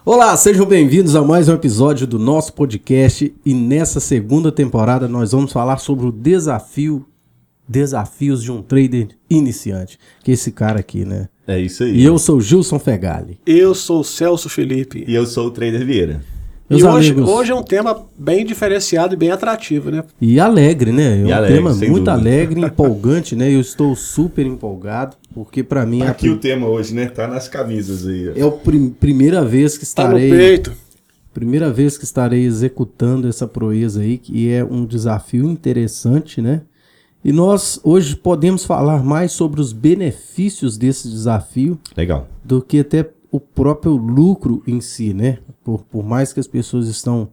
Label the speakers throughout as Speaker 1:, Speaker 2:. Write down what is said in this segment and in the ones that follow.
Speaker 1: Olá, sejam bem-vindos a mais um episódio do nosso podcast e nessa segunda temporada nós vamos falar sobre o desafios de um trader iniciante, que é esse cara aqui, né?
Speaker 2: É isso aí.
Speaker 1: E eu sou o Gilson Fegali.
Speaker 3: Eu sou o Celso Felipe.
Speaker 2: E eu sou o Trader Vieira.
Speaker 1: Meus
Speaker 3: E
Speaker 1: amigos,
Speaker 3: hoje é um tema bem diferenciado e bem atrativo, né?
Speaker 1: E alegre, né? É um
Speaker 2: alegre,
Speaker 1: tema
Speaker 2: sem
Speaker 1: muito
Speaker 2: dúvida.
Speaker 1: alegre, empolgante, né? Eu estou super empolgado, porque pra mim
Speaker 2: Aqui o tema hoje, né? Tá nas camisas aí.
Speaker 1: é a primeira vez que
Speaker 3: Tá no
Speaker 1: estarei...
Speaker 3: peito.
Speaker 1: Primeira vez que estarei executando essa proeza aí, que é um desafio interessante, né? E nós hoje podemos falar mais sobre os benefícios desse desafio
Speaker 2: Legal.
Speaker 1: do que até o próprio lucro em si, né? Por mais que as pessoas estão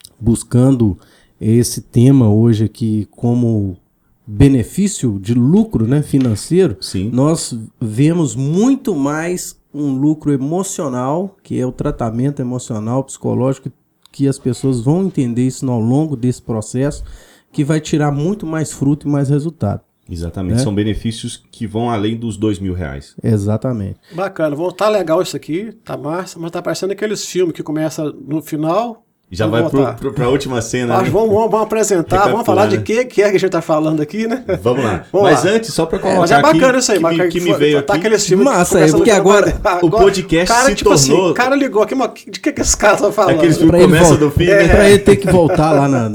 Speaker 1: buscando esse tema hoje aqui como benefício de lucro, né, financeiro,
Speaker 2: Sim.
Speaker 1: nós vemos muito mais um lucro emocional, que é o tratamento emocional, psicológico, que as pessoas vão entender isso ao longo desse processo, que vai tirar muito mais fruto e mais resultado.
Speaker 2: Exatamente.
Speaker 1: Né?
Speaker 2: São benefícios que vão além dos R$2.000.
Speaker 1: Exatamente.
Speaker 3: Bacana. Tá legal isso aqui, tá massa, mas tá parecendo aqueles filmes que começa no final.
Speaker 2: Já
Speaker 3: Vamos
Speaker 2: vai
Speaker 3: voltar.
Speaker 2: pra última cena.
Speaker 3: Mas
Speaker 2: né?
Speaker 3: vamos apresentar, vamos falar de que é que a gente tá falando aqui, né?
Speaker 2: Vamos lá.
Speaker 3: Vamos
Speaker 2: Mas
Speaker 3: lá.
Speaker 2: antes, só pra colocar
Speaker 3: Mas é bacana
Speaker 2: aqui,
Speaker 3: isso aí,
Speaker 2: que me veio
Speaker 3: tá
Speaker 2: aqui.
Speaker 3: aqueles filmes
Speaker 1: Massa,
Speaker 3: que começa
Speaker 1: porque
Speaker 3: no
Speaker 1: agora
Speaker 3: final,
Speaker 2: o podcast
Speaker 3: cara,
Speaker 2: se
Speaker 3: tipo
Speaker 2: tornou-
Speaker 3: assim, o cara ligou aqui, mas de que esse cara tá falando?
Speaker 2: Aqueles filmes
Speaker 1: Pra ele
Speaker 2: começa
Speaker 1: voltar-
Speaker 2: do fim,
Speaker 3: É.
Speaker 2: né?
Speaker 1: Pra ele ter que voltar lá na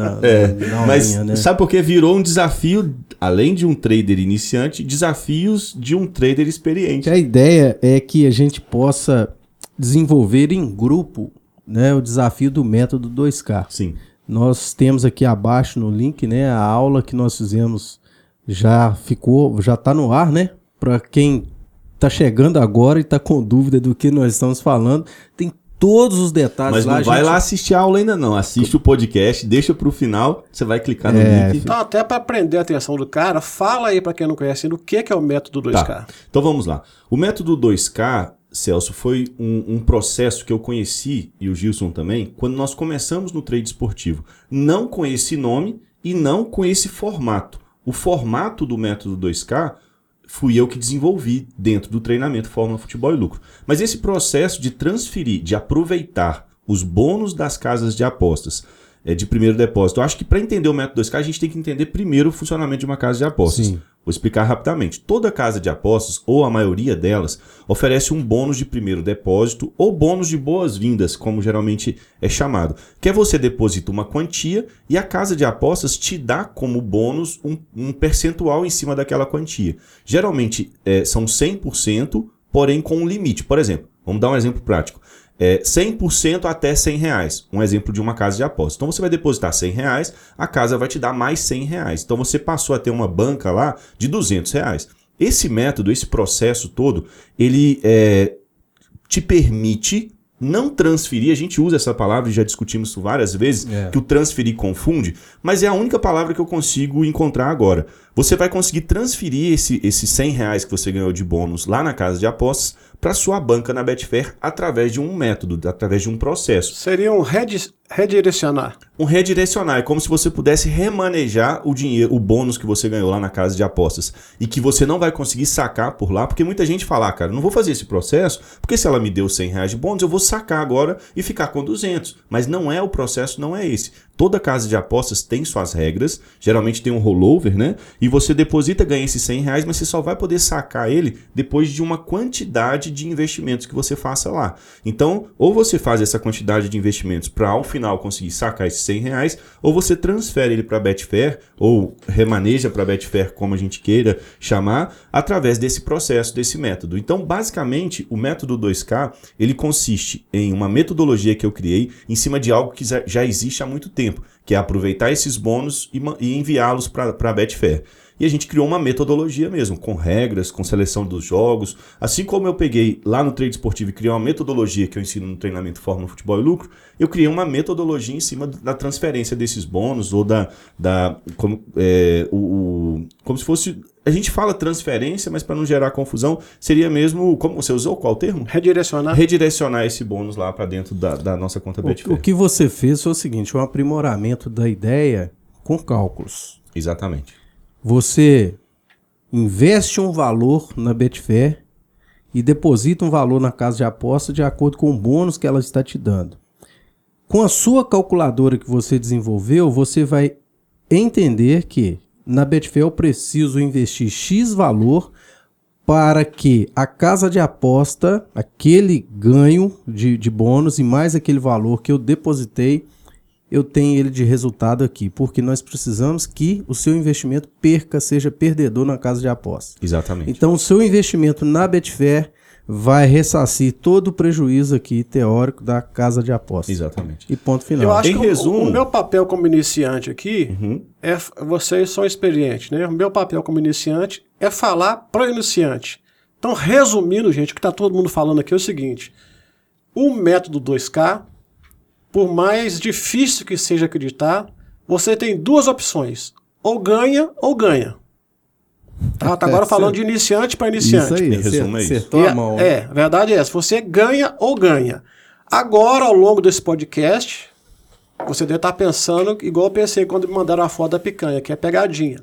Speaker 2: Mas
Speaker 1: horinha, né?
Speaker 2: sabe por que virou um desafio, além de um trader iniciante, desafios de um trader experiente.
Speaker 1: A ideia é que a gente possa desenvolver em grupo, né, o desafio do método 2K.
Speaker 2: Sim.
Speaker 1: Nós temos aqui abaixo no link, né, a aula que nós fizemos já está no ar, né? Para quem está chegando agora e está com dúvida do que nós estamos falando, tem todos os detalhes
Speaker 2: Mas
Speaker 1: lá.
Speaker 2: não vai lá assistir a aula ainda não. Assiste o podcast, deixa pro final, você vai clicar no link.
Speaker 3: Então, até para prender a atenção do cara, fala aí para quem não conhece o que é o método 2K.
Speaker 2: Tá. Então vamos lá. O método 2K, Celso, foi um processo que eu conheci, e o Gilson também, quando nós começamos no trade esportivo. Não com esse nome e não com esse formato. O formato do método 2K fui eu que desenvolvi dentro do treinamento Fórmula Futebol e Lucro. Mas esse processo de transferir, de aproveitar os bônus das casas de apostas de primeiro depósito, eu acho que para entender o método 2K a gente tem que entender primeiro o funcionamento de uma casa de apostas.
Speaker 1: Sim.
Speaker 2: Vou explicar rapidamente. Toda casa de apostas, ou a maioria delas, oferece um bônus de primeiro depósito ou bônus de boas-vindas, como geralmente é chamado. Que é você deposita uma quantia e a casa de apostas te dá como bônus um percentual em cima daquela quantia. Geralmente são 100%, porém com um limite. Por exemplo, vamos dar um exemplo prático. 100% até R$100, um exemplo de uma casa de apostas. Então você vai depositar R$100, a casa vai te dar mais R$100. Então você passou a ter uma banca lá de R$200. Esse método, esse processo todo, ele te permite não transferir, a gente usa essa palavra e já discutimos isso várias vezes, que o transferir confunde, mas é a única palavra que eu consigo encontrar agora. Você vai conseguir transferir esses R$100 que você ganhou de bônus lá na casa de apostas para sua banca na Betfair através de um método, através de um processo.
Speaker 3: Seria um redirecionar.
Speaker 2: Um redirecionar, é como se você pudesse remanejar o dinheiro, o bônus que você ganhou lá na casa de apostas e que você não vai conseguir sacar por lá, porque muita gente fala, cara, eu não vou fazer esse processo, porque se ela me deu R$100 de bônus, eu vou sacar agora e ficar com 200. Mas não é o processo, não é esse. Toda casa de apostas tem suas regras, geralmente tem um rollover, né? E você deposita, ganha esses R$100, mas você só vai poder sacar ele depois de uma quantidade de investimentos que você faça lá. Então, ou você faz essa quantidade de investimentos para ao final conseguir sacar esses R$100, ou você transfere ele para a Betfair, ou remaneja para a Betfair, como a gente queira chamar, através desse processo, desse método. Então, basicamente, o método 2K, ele consiste em uma metodologia que eu criei em cima de algo que já existe há muito tempo, que é aproveitar esses bônus e enviá-los para a Betfair. E a gente criou uma metodologia mesmo, com regras, com seleção dos jogos. Assim como eu peguei lá no Trade Esportivo e criei uma metodologia que eu ensino no treinamento Fórmula Futebol e Lucro, eu criei uma metodologia em cima da transferência desses bônus ou como se fosse... A gente fala transferência, mas para não gerar confusão, seria mesmo... Como você usou? Qual termo?
Speaker 3: Redirecionar.
Speaker 2: Redirecionar esse bônus lá para dentro da nossa conta Betfair.
Speaker 1: O que você fez foi o seguinte, um aprimoramento da ideia com cálculos.
Speaker 2: Exatamente.
Speaker 1: Você investe um valor na Betfair e deposita um valor na casa de aposta de acordo com o bônus que ela está te dando. Com a sua calculadora que você desenvolveu, você vai entender que na Betfair eu preciso investir X valor para que a casa de aposta, aquele ganho de bônus e mais aquele valor que eu depositei, eu tenho ele de resultado aqui. Porque nós precisamos que o seu investimento seja perdedor na casa de aposta.
Speaker 2: Exatamente.
Speaker 1: Então o seu investimento na Betfair vai ressarcir todo o prejuízo aqui teórico da casa de aposta.
Speaker 2: Exatamente.
Speaker 1: E ponto final.
Speaker 3: Eu acho
Speaker 2: Em
Speaker 3: que
Speaker 2: resumo,
Speaker 3: o meu papel como iniciante aqui, vocês são experientes, né? O meu papel como iniciante é falar para o iniciante. Então, resumindo, gente, o que está todo mundo falando aqui é o seguinte: o método 2K, por mais difícil que seja acreditar, você tem duas opções: ou ganha ou ganha. Tá agora falando de iniciante para iniciante.
Speaker 1: Isso aí,
Speaker 2: resumo é isso.
Speaker 1: Acertou a mão.
Speaker 3: A verdade é essa. Você ganha ou ganha. Agora, ao longo desse podcast, você deve estar pensando igual eu pensei quando me mandaram a foto da picanha, que é pegadinha.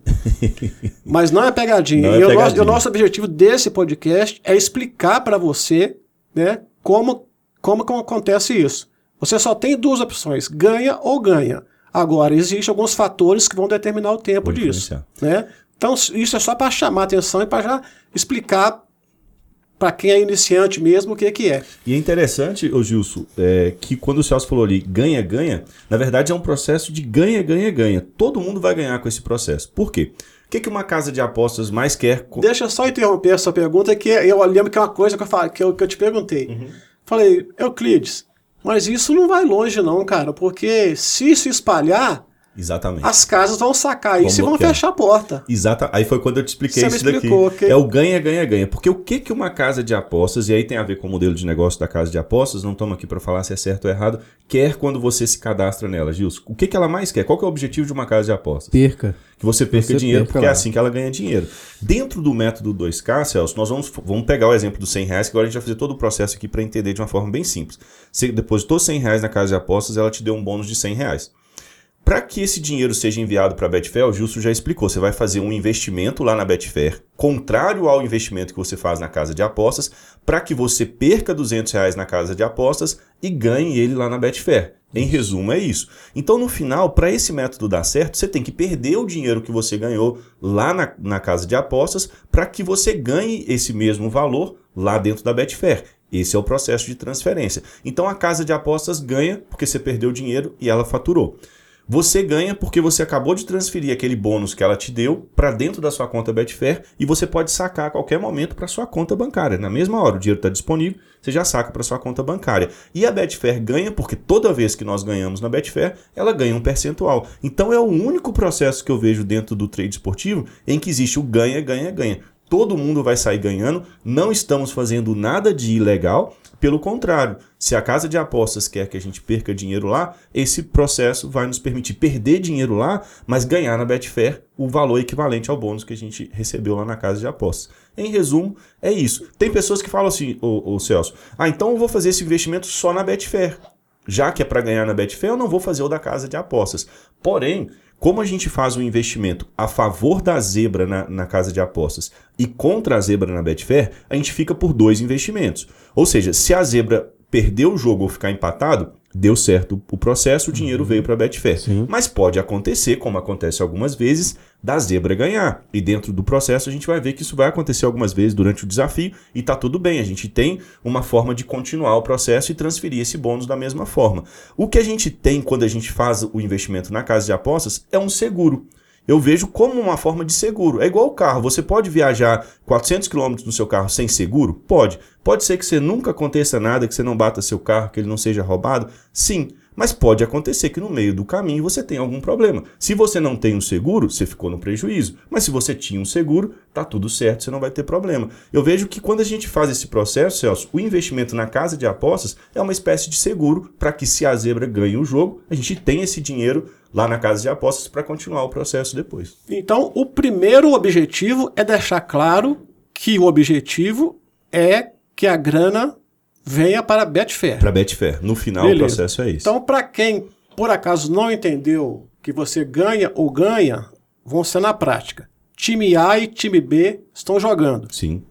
Speaker 3: Mas não é pegadinha.
Speaker 2: Não é pegadinha.
Speaker 3: O nosso objetivo desse podcast é explicar para você, né, como acontece isso. Você só tem duas opções, ganha ou ganha. Agora, existem alguns fatores que vão determinar o tempo disso. Né? Então, isso é só para chamar a atenção e para já explicar para quem é iniciante mesmo o que é.
Speaker 2: E é interessante, ô Gilson, que quando o Celso falou ali ganha-ganha, na verdade é um processo de ganha-ganha-ganha. Todo mundo vai ganhar com esse processo. Por quê? O que uma casa de apostas mais quer?
Speaker 3: Deixa eu só interromper a sua pergunta, que eu lembro que é uma coisa que eu te perguntei. Falei, Euclides, mas isso não vai longe não, cara, porque se isso espalhar,
Speaker 2: exatamente,
Speaker 3: as casas vão sacar isso e vão fechar a porta.
Speaker 2: Exato. Aí foi quando eu te expliquei
Speaker 3: Você
Speaker 2: isso
Speaker 3: me explicou,
Speaker 2: daqui.
Speaker 3: okay.
Speaker 2: É o ganha-ganha-ganha. Porque o que uma casa de apostas, e aí tem a ver com o modelo de negócio da casa de apostas, não estamos aqui para falar se é certo ou errado, quer quando você se cadastra nela, Gilson? O que ela mais quer? Qual que é o objetivo de uma casa de apostas?
Speaker 1: Perca.
Speaker 2: Que você perca dinheiro, porque
Speaker 1: lá.
Speaker 2: é assim que ela ganha dinheiro. Dentro do método 2K, Celso, nós vamos pegar o exemplo dos R$100, que agora a gente vai fazer todo o processo aqui para entender de uma forma bem simples. Você depositou R$100 na casa de apostas, ela te deu um bônus de R$100. Para que esse dinheiro seja enviado para a Betfair, o Gilson já explicou, você vai fazer um investimento lá na Betfair, contrário ao investimento que você faz na casa de apostas, para que você perca R$200 na casa de apostas e ganhe ele lá na Betfair. Em resumo, é isso. Então, no final, para esse método dar certo, você tem que perder o dinheiro que você ganhou lá na casa de apostas para que você ganhe esse mesmo valor lá dentro da Betfair. Esse é o processo de transferência. Então, a casa de apostas ganha porque você perdeu o dinheiro e ela faturou. Você ganha porque você acabou de transferir aquele bônus que ela te deu para dentro da sua conta Betfair e você pode sacar a qualquer momento para sua conta bancária. Na mesma hora, o dinheiro está disponível, você já saca para sua conta bancária. E a Betfair ganha porque toda vez que nós ganhamos na Betfair, ela ganha um percentual. Então é o único processo que eu vejo dentro do trade esportivo em que existe o ganha, ganha, ganha. Todo mundo vai sair ganhando, não estamos fazendo nada de ilegal. Pelo contrário, se a casa de apostas quer que a gente perca dinheiro lá, esse processo vai nos permitir perder dinheiro lá, mas ganhar na Betfair o valor equivalente ao bônus que a gente recebeu lá na casa de apostas. Em resumo, é isso. Tem pessoas que falam assim, ô Celso, então eu vou fazer esse investimento só na Betfair. Já que é para ganhar na Betfair, eu não vou fazer o da casa de apostas. Porém, como a gente faz um investimento a favor da zebra na casa de apostas e contra a zebra na Betfair, a gente fica por dois investimentos. Ou seja, se a zebra perder o jogo ou ficar empatado, deu certo o processo, o dinheiro veio para a Betfair.
Speaker 1: Sim.
Speaker 2: Mas pode acontecer, como acontece algumas vezes, da zebra ganhar. E dentro do processo a gente vai ver que isso vai acontecer algumas vezes durante o desafio e tá tudo bem. A gente tem uma forma de continuar o processo e transferir esse bônus da mesma forma. O que a gente tem quando a gente faz o investimento na casa de apostas é um seguro. Eu vejo como uma forma de seguro. É igual o carro. Você pode viajar 400 km no seu carro sem seguro? Pode. Pode ser que você nunca aconteça nada, que você não bata seu carro, que ele não seja roubado? Sim. Mas pode acontecer que no meio do caminho você tenha algum problema. Se você não tem um seguro, você ficou no prejuízo. Mas se você tinha um seguro, tá tudo certo, você não vai ter problema. Eu vejo que quando a gente faz esse processo, Celso, o investimento na casa de apostas é uma espécie de seguro para que se a zebra ganhe o jogo, a gente tenha esse dinheiro lá na casa de apostas para continuar o processo depois. Então,
Speaker 3: o primeiro objetivo é deixar claro que o objetivo é que a grana venha para a Betfair.
Speaker 2: Para a Betfair. No final, beleza. O processo é isso.
Speaker 3: Então, para quem, por acaso, não entendeu que você ganha ou ganha, vão ser na prática. Time A e time B estão jogando.
Speaker 2: Sim.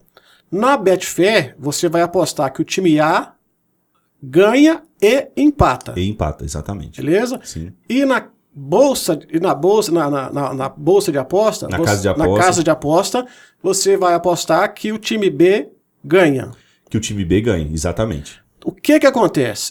Speaker 3: Na Betfair, você vai apostar que o time A ganha e empata.
Speaker 2: E empata, exatamente.
Speaker 3: Beleza?
Speaker 2: Sim.
Speaker 3: E na bolsa de aposta,
Speaker 2: Na casa de aposta,
Speaker 3: você vai apostar que o time B ganha.
Speaker 2: que o time B ganhe, exatamente.
Speaker 3: O que acontece?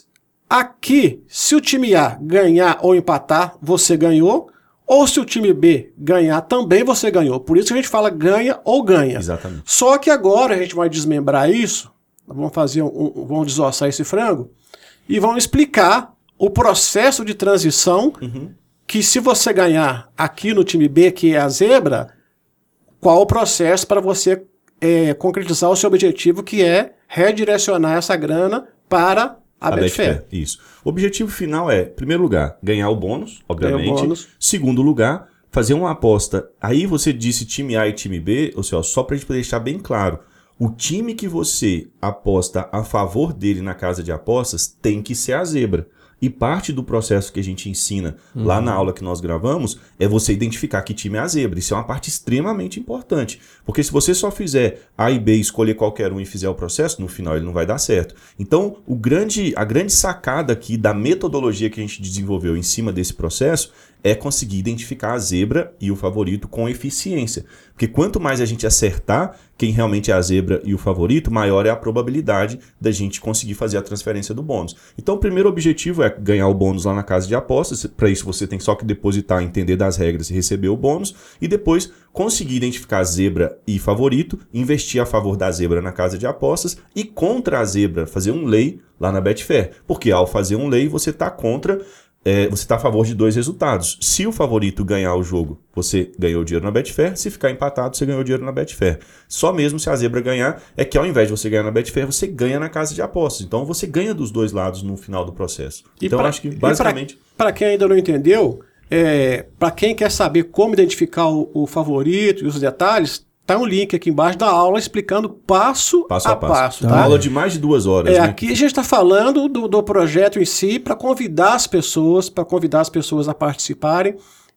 Speaker 3: Aqui, se o time A ganhar ou empatar, você ganhou. Ou se o time B ganhar, também você ganhou. Por isso que a gente fala ganha ou ganha.
Speaker 2: Exatamente.
Speaker 3: Só que agora a gente vai desmembrar isso, vamos fazer vamos desossar esse frango e vamos explicar o processo de transição que se você ganhar aqui no time B, que é a zebra, qual o processo para você concretizar o seu objetivo, que é redirecionar essa grana para a Betfair.
Speaker 2: Isso. O objetivo final é, em primeiro lugar, ganhar o bônus, obviamente.
Speaker 3: Ganhar o bônus.
Speaker 2: Segundo lugar, fazer uma aposta. Aí você disse time A e time B, ou seja, só para a gente deixar bem claro. O time que você aposta a favor dele na casa de apostas tem que ser a zebra. E parte do processo que a gente ensina lá na aula que nós gravamos é você identificar que time é a zebra. Isso é uma parte extremamente importante. Porque se você só fizer A e B, escolher qualquer um e fizer o processo, no final ele não vai dar certo. Então, a grande sacada aqui da metodologia que a gente desenvolveu em cima desse processo é conseguir identificar a zebra e o favorito com eficiência. Porque quanto mais a gente acertar quem realmente é a zebra e o favorito, maior é a probabilidade da gente conseguir fazer a transferência do bônus. Então, o primeiro objetivo é ganhar o bônus lá na casa de apostas. Para isso, você tem só que depositar, entender das regras e receber o bônus. E depois, conseguir identificar a zebra e favorito, investir a favor da zebra na casa de apostas e contra a zebra, fazer um lay lá na Betfair. Porque ao fazer um lay, você está contra... você está a favor de dois resultados. Se o favorito ganhar o jogo, você ganhou dinheiro na Betfair. Se ficar empatado, você ganhou dinheiro na Betfair. Só mesmo se a zebra ganhar, é que ao invés de você ganhar na Betfair, você ganha na casa de apostas. Então você ganha dos dois lados no final do processo. Então eu acho que basicamente...
Speaker 3: Para quem ainda não entendeu, para quem quer saber como identificar o favorito e os detalhes, tá um link aqui embaixo da aula explicando passo a passo.
Speaker 2: Tá? Uma aula de mais de 2 horas. Né?
Speaker 3: Aqui a gente está falando do projeto em si para convidar as pessoas a participarem.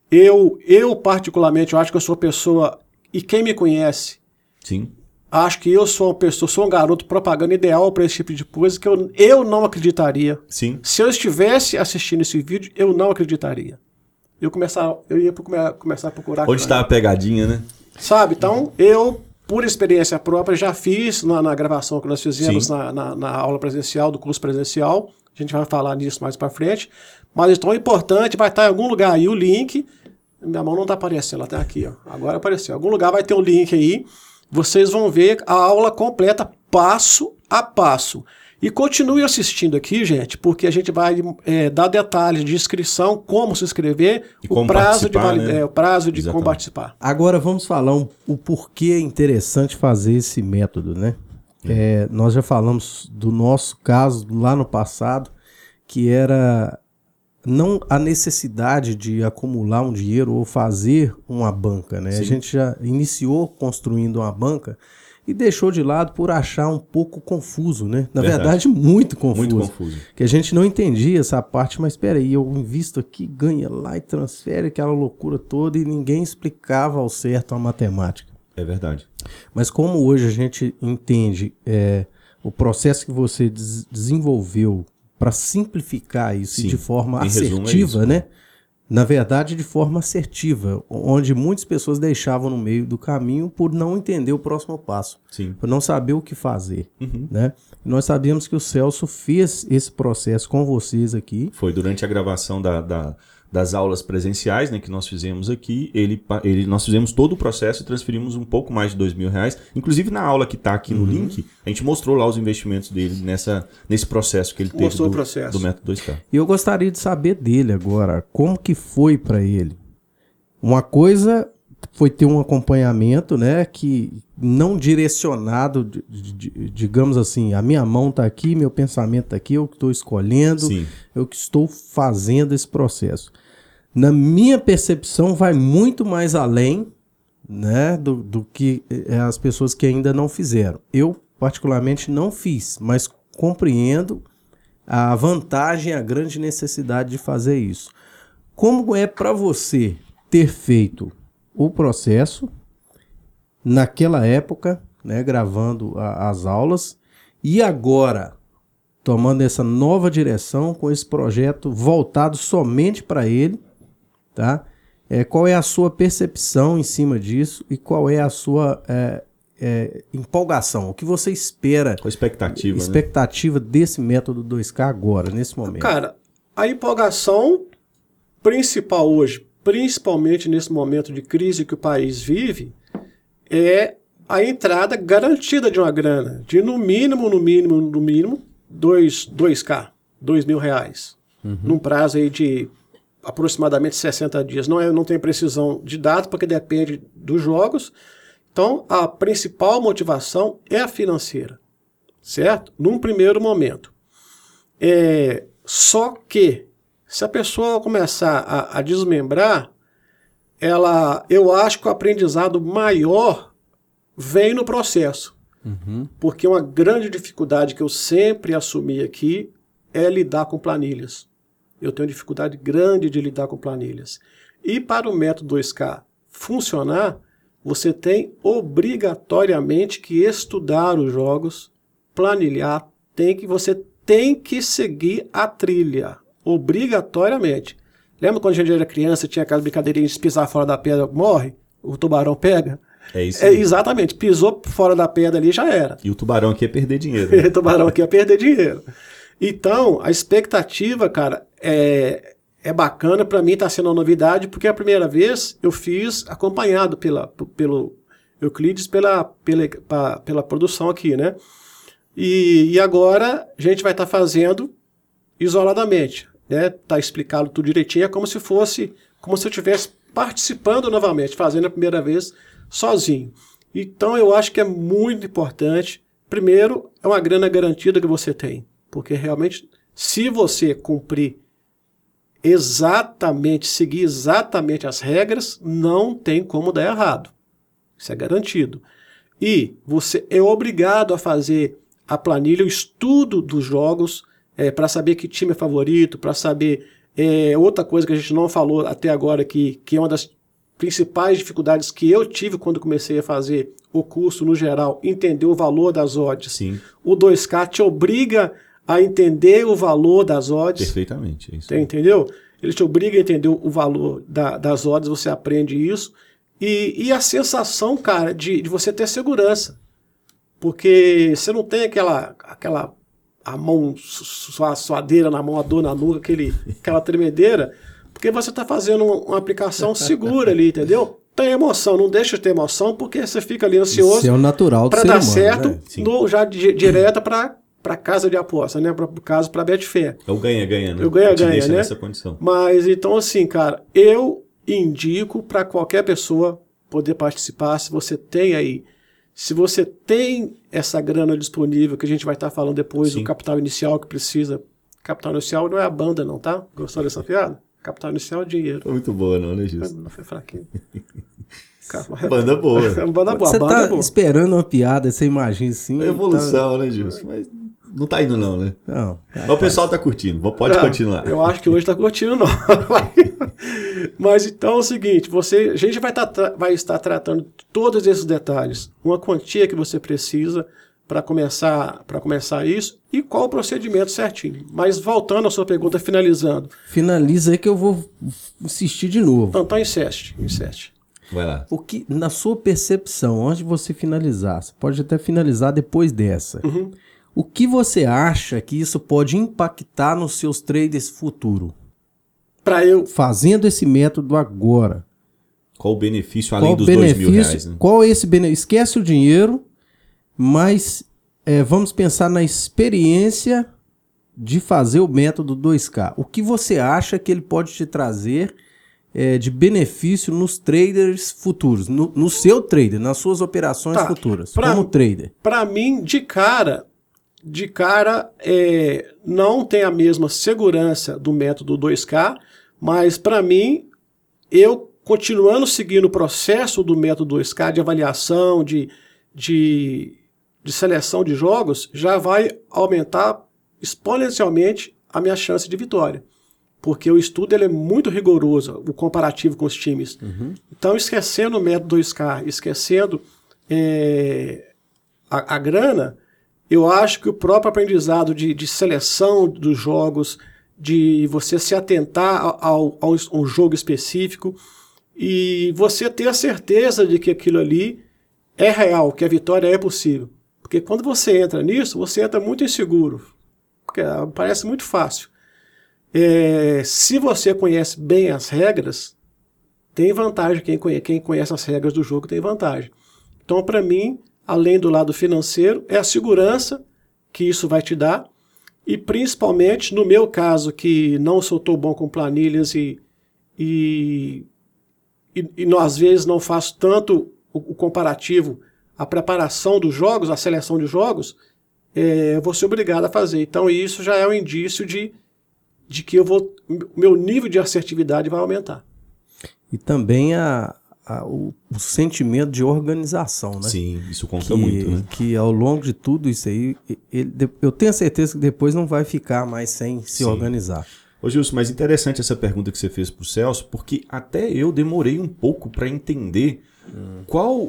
Speaker 3: Eu particularmente, eu acho que eu sou pessoa, e quem me conhece,
Speaker 2: sim,
Speaker 3: acho que eu sou um garoto propaganda ideal para esse tipo de coisa que eu não acreditaria.
Speaker 2: Sim.
Speaker 3: Se eu estivesse assistindo esse vídeo, eu não acreditaria. Eu ia começar a procurar.
Speaker 2: Onde está a pegadinha, né?
Speaker 3: Sabe? Então, eu, por experiência própria, já fiz na gravação que nós fizemos na aula presencial, do curso presencial. A gente vai falar nisso mais pra frente. Mas então, é importante, vai estar em algum lugar aí o link. Minha mão não tá aparecendo, ela tá aqui, ó. Agora apareceu. Em algum lugar vai ter um link aí. Vocês vão ver a aula completa, passo a passo. E continue assistindo aqui, gente, porque a gente vai dar detalhes de inscrição, como se inscrever, o prazo de como participar.
Speaker 1: Agora vamos falar o porquê é interessante fazer esse método, né? Nós já falamos do nosso caso lá no passado, que era não a necessidade de acumular um dinheiro ou fazer uma banca, né? A gente já iniciou construindo uma banca e deixou de lado por achar um pouco confuso, né? Na verdade, muito confuso.
Speaker 2: Muito confuso.
Speaker 1: Que a gente não entendia essa parte, mas espera aí, eu invisto aqui, ganha lá e transfere aquela loucura toda e ninguém explicava ao certo a matemática.
Speaker 2: É verdade.
Speaker 1: Mas como hoje a gente entende o processo que você desenvolveu para simplificar isso de forma assertiva, né? Na verdade, de forma assertiva, onde muitas pessoas deixavam no meio do caminho por não entender o próximo passo, por não saber o que fazer. Né? Nós sabemos que o Celso fez esse processo com vocês aqui.
Speaker 2: Foi durante a gravação das aulas presenciais, né, que nós fizemos aqui. Nós fizemos todo o processo e transferimos um pouco mais de R$2.000. Inclusive na aula que está aqui no link, a gente mostrou lá os investimentos dele nesse processo que ele teve do método 2K.
Speaker 1: E eu gostaria de saber dele agora, como que foi para ele? Uma coisa foi ter um acompanhamento, né, que não direcionado, digamos assim, a minha mão está aqui, meu pensamento está aqui, eu que estou escolhendo, eu que estou fazendo esse processo. Na minha percepção, vai muito mais além, né, do que as pessoas que ainda não fizeram. Eu, particularmente, não fiz, mas compreendo a vantagem, a grande necessidade de fazer isso. Como é para você ter feito o processo naquela época né, gravando as aulas, e agora tomando essa nova direção com esse projeto voltado somente para ele, tá? Qual é a sua percepção em cima disso e qual é a sua empolgação? O que você espera?
Speaker 2: Com expectativa,
Speaker 1: expectativa desse método 2K agora, nesse momento?
Speaker 3: Cara, a empolgação principal hoje, principalmente nesse momento de crise que o país vive, é a entrada garantida de uma grana, de no mínimo, 2K, R$2.000, num prazo aí de aproximadamente 60 dias. Não tem precisão de data, porque depende dos jogos. Então, a principal motivação é a financeira, certo? Num primeiro momento. Só que, se a pessoa começar a desmembrar, eu acho que o aprendizado maior vem no processo. Porque uma grande dificuldade que eu sempre assumi aqui é lidar com planilhas. Eu tenho dificuldade grande de lidar com planilhas. E para o método 2K funcionar, você tem obrigatoriamente que estudar os jogos, planilhar, você tem que seguir a trilha, obrigatoriamente. Lembra quando a gente era criança, tinha aquela brincadeirinha de pisar fora da pedra, morre, o tubarão pega?
Speaker 2: É isso aí.
Speaker 3: Exatamente, pisou fora da pedra ali, já era.
Speaker 2: E o tubarão aqui ia perder dinheiro. Né?
Speaker 3: O tubarão aqui ia perder dinheiro. Então, a expectativa, cara, é bacana. Para mim está sendo uma novidade, porque a primeira vez eu fiz acompanhado pelo Euclides, pela produção aqui, né? E agora a gente vai estar fazendo isoladamente, né? Tá explicado tudo direitinho, é como se eu estivesse participando novamente, fazendo a primeira vez sozinho. Então eu acho que é muito importante. Primeiro, é uma grana garantida que você tem, porque realmente, se você cumprir seguir exatamente as regras, não tem como dar errado. Isso é garantido. E você é obrigado a fazer a planilha, o estudo dos jogos, para saber que time é favorito, para saber outra coisa que a gente não falou até agora, que é uma das principais dificuldades que eu tive quando comecei a fazer o curso no geral, entender o valor das odds.
Speaker 2: Sim.
Speaker 3: O 2K te obriga a entender o valor das odds.
Speaker 2: Perfeitamente, é isso.
Speaker 3: Entendeu? Ele te obriga a entender o valor das odds, você aprende isso. E a sensação, cara, de você ter segurança. Porque você não tem a mão suadeira na mão, a dor na nuca, aquela tremedeira, porque você está fazendo uma aplicação segura ali, entendeu? Tem emoção, não deixa de ter emoção, porque você fica ali ansioso.
Speaker 1: Isso é o natural do ser
Speaker 3: humano,
Speaker 1: humano,
Speaker 3: certo,
Speaker 1: né?
Speaker 3: já direto para casa de aposta, né? Para o caso, para Betfair.
Speaker 2: É o ganha-ganha, né?
Speaker 3: Eu ganha-ganha, né?
Speaker 2: Nessa condição.
Speaker 3: Mas então, assim, cara, eu indico para qualquer pessoa poder participar, se você tem essa grana disponível, que a gente vai estar falando depois, do capital inicial que precisa. Capital inicial não é a banda, não, tá? Gostou dessa piada? Capital inicial é dinheiro.
Speaker 2: Foi muito boa, não, né, Gilson?
Speaker 3: Não foi fraquinho.
Speaker 2: Banda boa.
Speaker 3: Banda boa.
Speaker 1: Você
Speaker 3: banda
Speaker 1: tá
Speaker 3: boa.
Speaker 1: esperando uma piada, você imagina assim.
Speaker 2: É evolução, né, Gilson? Mas não tá indo, não, né?
Speaker 1: Não.
Speaker 2: Mas o pessoal tá curtindo. Pode continuar.
Speaker 3: Eu acho que hoje tá curtindo, não. Mas então é o seguinte, a gente vai estar tratando todos esses detalhes. Uma quantia que você precisa para começar isso e qual o procedimento certinho. Mas voltando à sua pergunta, finalizando.
Speaker 1: Finaliza aí que eu vou insistir de novo.
Speaker 3: Então insiste.
Speaker 2: Vai lá.
Speaker 1: O que, na sua percepção, antes de você finalizar, você pode até finalizar depois dessa.
Speaker 3: Uhum.
Speaker 1: O que você acha que isso pode impactar nos seus trades futuros? Fazendo esse método agora.
Speaker 2: Qual o benefício além dos R$2.000? Né?
Speaker 1: Qual é esse benefício? Esquece o dinheiro, mas vamos pensar na experiência de fazer o método 2K. O que você acha que ele pode te trazer de benefício nos traders futuros? No seu trader, nas suas operações futuras, como trader?
Speaker 3: Para mim, de cara, não tem a mesma segurança do método 2K, mas para mim, eu continuando seguindo o processo do método 2K de avaliação, de seleção de jogos, já vai aumentar exponencialmente a minha chance de vitória. Porque o estudo ele é muito rigoroso, o comparativo com os times. Uhum. Então, esquecendo o método 2K, esquecendo a grana, eu acho que o próprio aprendizado de seleção dos jogos, de você se atentar ao jogo específico e você ter a certeza de que aquilo ali é real, que a vitória é possível. Porque quando você entra nisso, você entra muito inseguro, porque parece muito fácil. Se você conhece bem as regras, tem vantagem. Quem conhece as regras do jogo tem vantagem. Então, para mim, além do lado financeiro, é a segurança que isso vai te dar. E principalmente, no meu caso, que não sou tão bom com planilhas e às vezes não faço tanto o comparativo, a preparação dos jogos, a seleção de jogos, eu vou ser obrigado a fazer. Então, isso já é um indício de que o meu nível de assertividade vai aumentar.
Speaker 1: E também o sentimento de organização, né?
Speaker 2: Sim, isso conta muito, né?
Speaker 1: Que ao longo de tudo isso aí, eu tenho certeza que depois não vai ficar mais sem se organizar.
Speaker 2: Ô Gilson, mas interessante essa pergunta que você fez para o Celso, porque até eu demorei um pouco para entender quais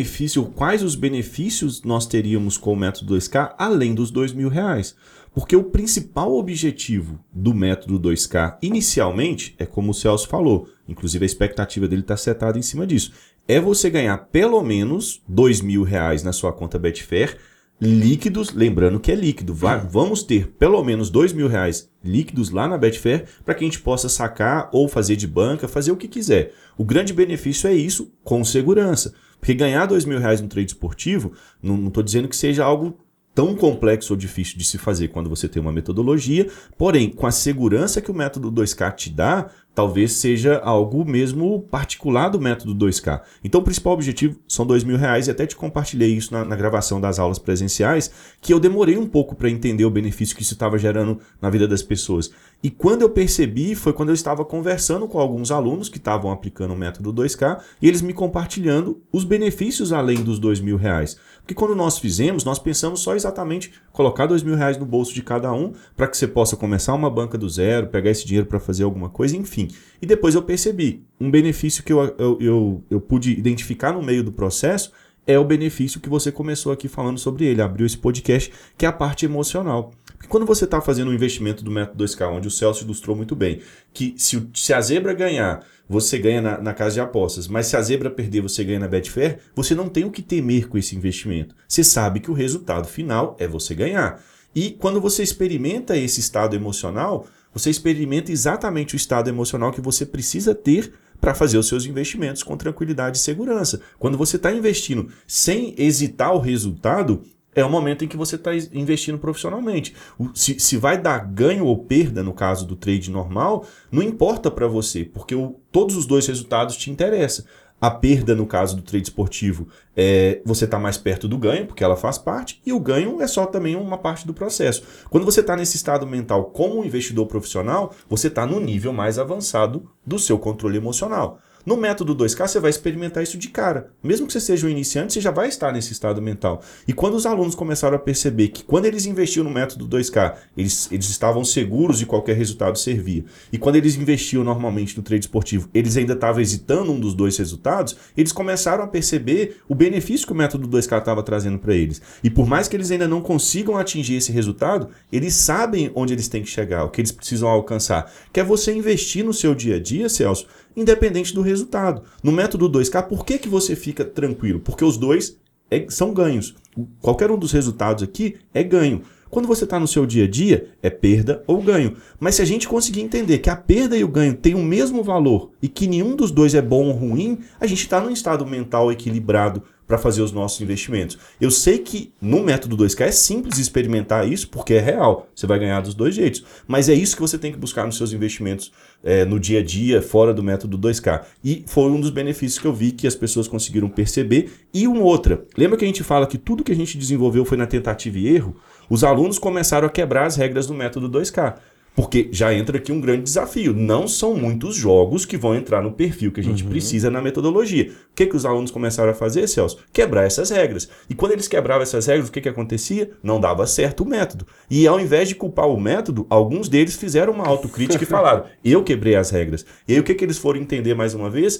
Speaker 2: os benefícios nós teríamos com o método 2K além dos R$2.000. Porque o principal objetivo do método 2K, inicialmente, é como o Celso falou, inclusive a expectativa dele está setada em cima disso, é você ganhar pelo menos R$2.000 na sua conta Betfair, líquidos, lembrando que é líquido, vamos ter pelo menos R$2.000 líquidos lá na Betfair para que a gente possa sacar ou fazer de banca, fazer o que quiser. O grande benefício é isso com segurança, porque ganhar R$2.000 no trade esportivo, não estou dizendo que seja algo tão complexo ou difícil de se fazer quando você tem uma metodologia, porém, com a segurança que o método 2K te dá, talvez seja algo mesmo particular do método 2K. Então, o principal objetivo são R$2.000 e até te compartilhei isso na gravação das aulas presenciais, que eu demorei um pouco para entender o benefício que isso estava gerando na vida das pessoas. E quando eu percebi, foi quando eu estava conversando com alguns alunos que estavam aplicando o método 2K e eles me compartilhando os benefícios além dos R$2.000. Porque quando nós fizemos, nós pensamos só exatamente colocar R$2.000 no bolso de cada um para que você possa começar uma banca do zero, pegar esse dinheiro para fazer alguma coisa, enfim. E depois eu percebi, um benefício que eu pude identificar no meio do processo é o benefício que você começou aqui falando sobre ele, abriu esse podcast, que é a parte emocional. Porque quando você está fazendo um investimento do método 2K, onde o Celso ilustrou muito bem, que se a zebra ganhar, você ganha na casa de apostas, mas se a zebra perder, você ganha na Betfair, você não tem o que temer com esse investimento. Você sabe que o resultado final é você ganhar. E quando você experimenta esse estado emocional, você experimenta exatamente o estado emocional que você precisa ter para fazer os seus investimentos com tranquilidade e segurança. Quando você está investindo sem hesitar o resultado, é o momento em que você está investindo profissionalmente. Se vai dar ganho ou perda, no caso do trade normal, não importa para você, porque todos os dois resultados te interessam. A perda, no caso do trade esportivo, você está mais perto do ganho, porque ela faz parte, e o ganho é só também uma parte do processo. Quando você está nesse estado mental como um investidor profissional, você está no nível mais avançado do seu controle emocional. No método 2K, você vai experimentar isso de cara. Mesmo que você seja um iniciante, você já vai estar nesse estado mental. E quando os alunos começaram a perceber que quando eles investiam no método 2K, eles estavam seguros de qualquer resultado servia. E quando eles investiam normalmente no trade esportivo, eles ainda estavam hesitando um dos dois resultados, eles começaram a perceber o benefício que o método 2K estava trazendo para eles. E por mais que eles ainda não consigam atingir esse resultado, eles sabem onde eles têm que chegar, o que eles precisam alcançar. Que é você investir no seu dia a dia, Celso, independente do resultado. No método 2K, por que você fica tranquilo? Porque os dois são ganhos. Qualquer um dos resultados aqui é ganho. Quando você está no seu dia a dia, é perda ou ganho. Mas se a gente conseguir entender que a perda e o ganho têm o mesmo valor e que nenhum dos dois é bom ou ruim, a gente está num estado mental equilibrado para fazer os nossos investimentos. Eu sei que no método 2K é simples experimentar isso porque é real. Você vai ganhar dos dois jeitos. Mas é isso que você tem que buscar nos seus investimentos no dia a dia, fora do método 2K. E foi um dos benefícios que eu vi que as pessoas conseguiram perceber. E uma outra. Lembra que a gente fala que tudo que a gente desenvolveu foi na tentativa e erro? Os alunos começaram a quebrar as regras do método 2K. Porque já entra aqui um grande desafio. Não são muitos jogos que vão entrar no perfil que a gente precisa na metodologia. O que os alunos começaram a fazer, Celso? Quebrar essas regras. E quando eles quebravam essas regras, o que acontecia? Não dava certo o método. E ao invés de culpar o método, alguns deles fizeram uma autocrítica e falaram, eu quebrei as regras. E aí o que eles foram entender mais uma vez?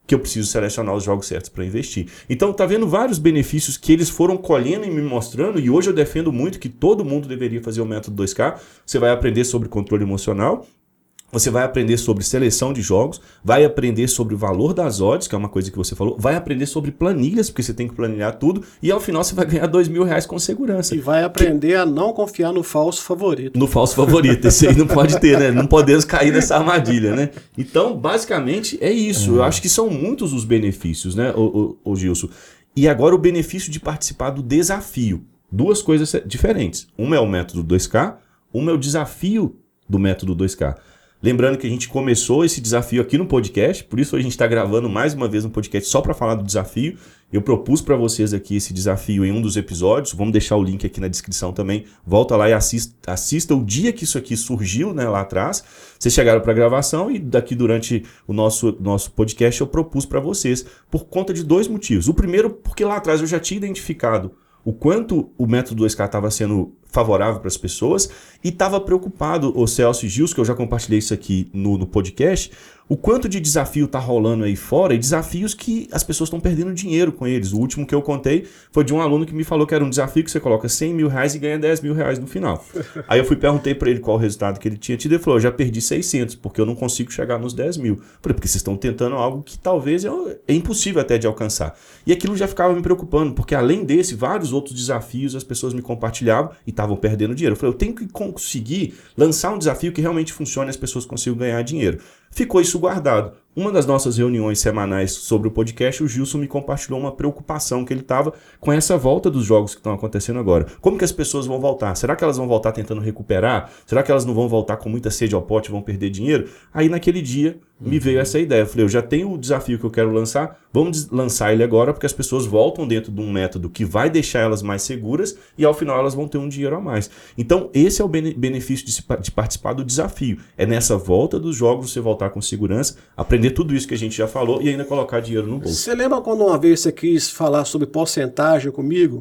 Speaker 2: que eu preciso selecionar os jogos certos para investir. Então, tá vendo vários benefícios que eles foram colhendo e me mostrando, e hoje eu defendo muito que todo mundo deveria fazer o método 2K. Você vai aprender sobre controle emocional, você vai aprender sobre seleção de jogos, vai aprender sobre o valor das odds, que é uma coisa que você falou, vai aprender sobre planilhas, porque você tem que planilhar tudo, e ao final você vai ganhar R$2.000 com segurança.
Speaker 3: E vai aprender a não confiar no falso favorito.
Speaker 2: No falso favorito, esse aí não pode ter, né? Não podemos cair nessa armadilha, né? Então, basicamente, é isso. Eu acho que são muitos os benefícios, né, ô Gilson? E agora o benefício de participar do desafio. Duas coisas diferentes. Uma é o método 2K, uma é o desafio do método 2K. Lembrando que a gente começou esse desafio aqui no podcast, por isso a gente está gravando mais uma vez um podcast só para falar do desafio. Eu propus para vocês aqui esse desafio em um dos episódios, vamos deixar o link aqui na descrição também. Volta lá e assista o dia que isso aqui surgiu, né, lá atrás. Vocês chegaram para a gravação e daqui durante o nosso podcast eu propus para vocês por conta de dois motivos. O primeiro, porque lá atrás eu já tinha identificado o quanto o método 2K estava sendo favorável para as pessoas e estava preocupado, o Celso e Gilson, que eu já compartilhei isso aqui no podcast, o quanto de desafio está rolando aí fora e desafios que as pessoas estão perdendo dinheiro com eles. O último que eu contei foi de um aluno que me falou que era um desafio que você coloca R$100.000 e ganha R$10.000 no final. Aí eu perguntei para ele qual o resultado que ele tinha tido e ele falou, eu já perdi 600 porque eu não consigo chegar nos 10.000. Falei, porque vocês estão tentando algo que talvez é impossível até de alcançar. E aquilo já ficava me preocupando, porque além desse, vários outros desafios as pessoas me compartilhavam e estavam perdendo dinheiro. Eu falei, eu tenho que conseguir lançar um desafio que realmente funcione e as pessoas consigam ganhar dinheiro. Ficou isso guardado. Uma das nossas reuniões semanais sobre o podcast, o Gilson me compartilhou uma preocupação que ele estava com essa volta dos jogos que estão acontecendo agora. Como que as pessoas vão voltar? Será que elas vão voltar tentando recuperar? Será que elas não vão voltar com muita sede ao pote e vão perder dinheiro? Aí naquele dia me veio essa ideia. Eu falei, eu já tenho o desafio que eu quero lançar, vamos lançar ele agora porque as pessoas voltam dentro de um método que vai deixar elas mais seguras e ao final elas vão ter um dinheiro a mais. Então esse é o benefício de participar do desafio. É nessa volta dos jogos você voltar com segurança, aprender tudo isso que a gente já falou e ainda colocar dinheiro no bolso.
Speaker 3: Você lembra quando uma vez você quis falar sobre porcentagem comigo?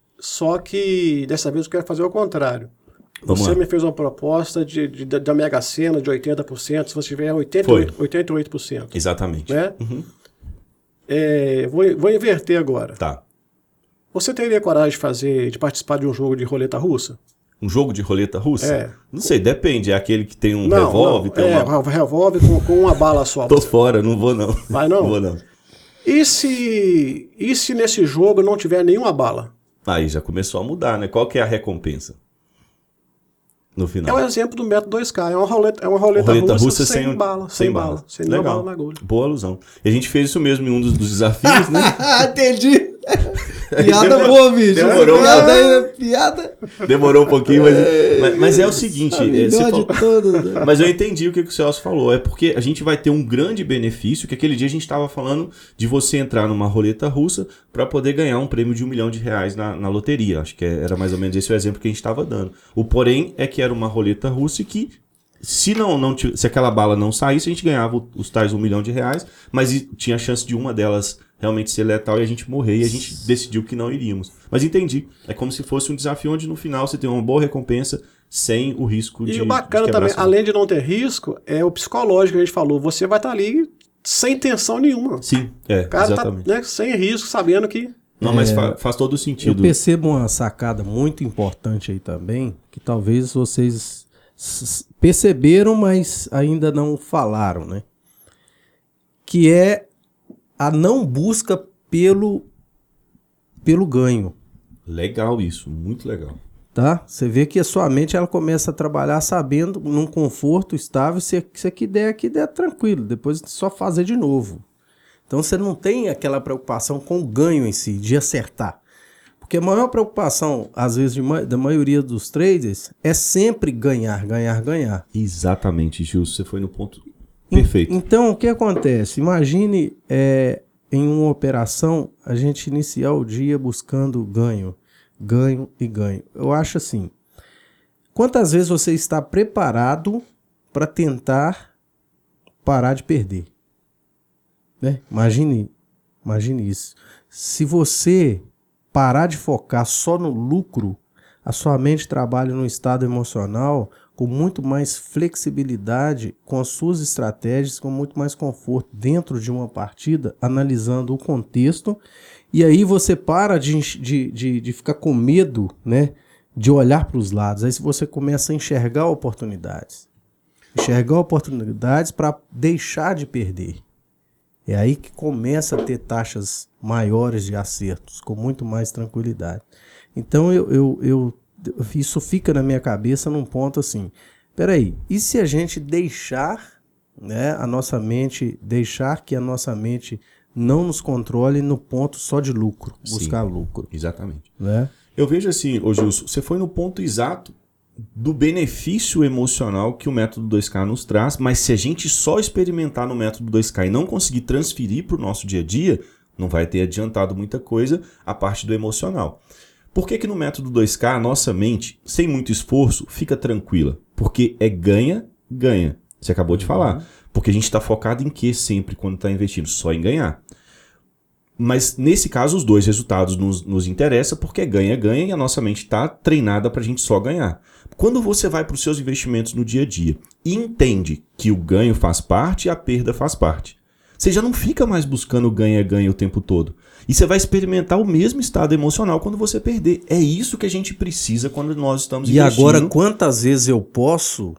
Speaker 3: Só que dessa vez eu quero fazer o contrário. Você me fez uma proposta da Mega Sena de 80%, se você tiver 88%.
Speaker 2: Exatamente.
Speaker 3: Né?
Speaker 2: Uhum.
Speaker 3: Vou inverter agora.
Speaker 2: Tá.
Speaker 3: Você teria coragem de participar de um jogo de roleta russa?
Speaker 2: Um jogo de roleta russa?
Speaker 3: É.
Speaker 2: Não sei, depende. É aquele que tem um revólver?
Speaker 3: Revólver com uma bala só.
Speaker 2: Tô fora, não vou não.
Speaker 3: Vai não?
Speaker 2: Não vou não.
Speaker 3: E se nesse jogo não tiver nenhuma bala?
Speaker 2: Aí já começou a mudar, né? Qual que é a recompensa? No final.
Speaker 3: É o exemplo do método 2K. É uma roleta russa sem bala. Sem bala. Sem nenhuma bala na agulha.
Speaker 2: Boa alusão. E a gente fez isso mesmo em um dos desafios, né?
Speaker 1: Entendi. Piada boa, bicho.
Speaker 2: Demorou.
Speaker 1: Piada.
Speaker 2: Demorou um pouquinho, mas é o seguinte. Mas eu entendi o que o Celso falou. É porque a gente vai ter um grande benefício, que aquele dia a gente estava falando de você entrar numa roleta russa para poder ganhar um prêmio de R$1 milhão na loteria. Acho que era mais ou menos esse o exemplo que a gente estava dando. O porém é que era uma roleta russa que se aquela bala não saísse, a gente ganhava os tais R$1 milhão, mas tinha a chance de uma delas realmente ser letal e a gente morrer, e a gente decidiu que não iríamos. Mas entendi, é como se fosse um desafio onde no final você tem uma boa recompensa sem o risco de...
Speaker 3: E o bacana também, além de não ter risco, é o psicológico que a gente falou, você vai estar ali sem tensão nenhuma.
Speaker 2: Sim,
Speaker 3: o cara
Speaker 2: exatamente.
Speaker 3: Tá, né, sem risco, sabendo que...
Speaker 2: Não, mas faz todo o sentido.
Speaker 1: Eu percebo uma sacada muito importante aí também, que talvez vocês perceberam, mas ainda não falaram, né? Que é a não busca pelo ganho.
Speaker 2: Legal isso, muito legal.
Speaker 1: Tá? Você vê que a sua mente ela começa a trabalhar sabendo, num conforto estável, se aqui der tranquilo, depois é só fazer de novo. Então você não tem aquela preocupação com o ganho em si, de acertar. Porque a maior preocupação, às vezes, da maioria dos traders é sempre ganhar.
Speaker 2: Exatamente, Gilson, você foi no ponto perfeito.
Speaker 1: Então, o que acontece? Imagine em uma operação a gente iniciar o dia buscando ganho. Eu acho assim, quantas vezes você está preparado para tentar parar de perder? Né? Imagine isso. Se você parar de focar só no lucro, a sua mente trabalha num estado emocional com muito mais flexibilidade, com as suas estratégias, com muito mais conforto dentro de uma partida, analisando o contexto. E aí você para de ficar com medo, né, de olhar para os lados. Aí você começa a enxergar oportunidades. Enxergar oportunidades para deixar de perder. É aí que começa a ter taxas maiores de acertos, com muito mais tranquilidade. Então isso fica na minha cabeça num ponto assim, peraí, e se a gente deixar, né, a nossa mente, deixar que a nossa mente não nos controle no ponto só de lucro, buscar lucro.
Speaker 2: Exatamente.
Speaker 1: Né?
Speaker 2: Eu vejo assim, ô Gilson, você foi no ponto exato do benefício emocional que o método 2K nos traz, mas se a gente só experimentar no método 2K e não conseguir transferir para o nosso dia a dia, não vai ter adiantado muita coisa a parte do emocional. Por que no método 2K a nossa mente, sem muito esforço, fica tranquila? Porque é ganha, ganha. Você acabou de falar. Porque a gente está focado em quê sempre quando está investindo? Só em ganhar. Mas nesse caso os dois resultados nos interessam porque ganha, ganha e a nossa mente está treinada para a gente só ganhar. Quando você vai para os seus investimentos no dia a dia e entende que o ganho faz parte e a perda faz parte, você já não fica mais buscando ganha-ganha o tempo todo. E você vai experimentar o mesmo estado emocional quando você perder. É isso que a gente precisa quando nós estamos investindo.
Speaker 1: E agora, quantas vezes eu posso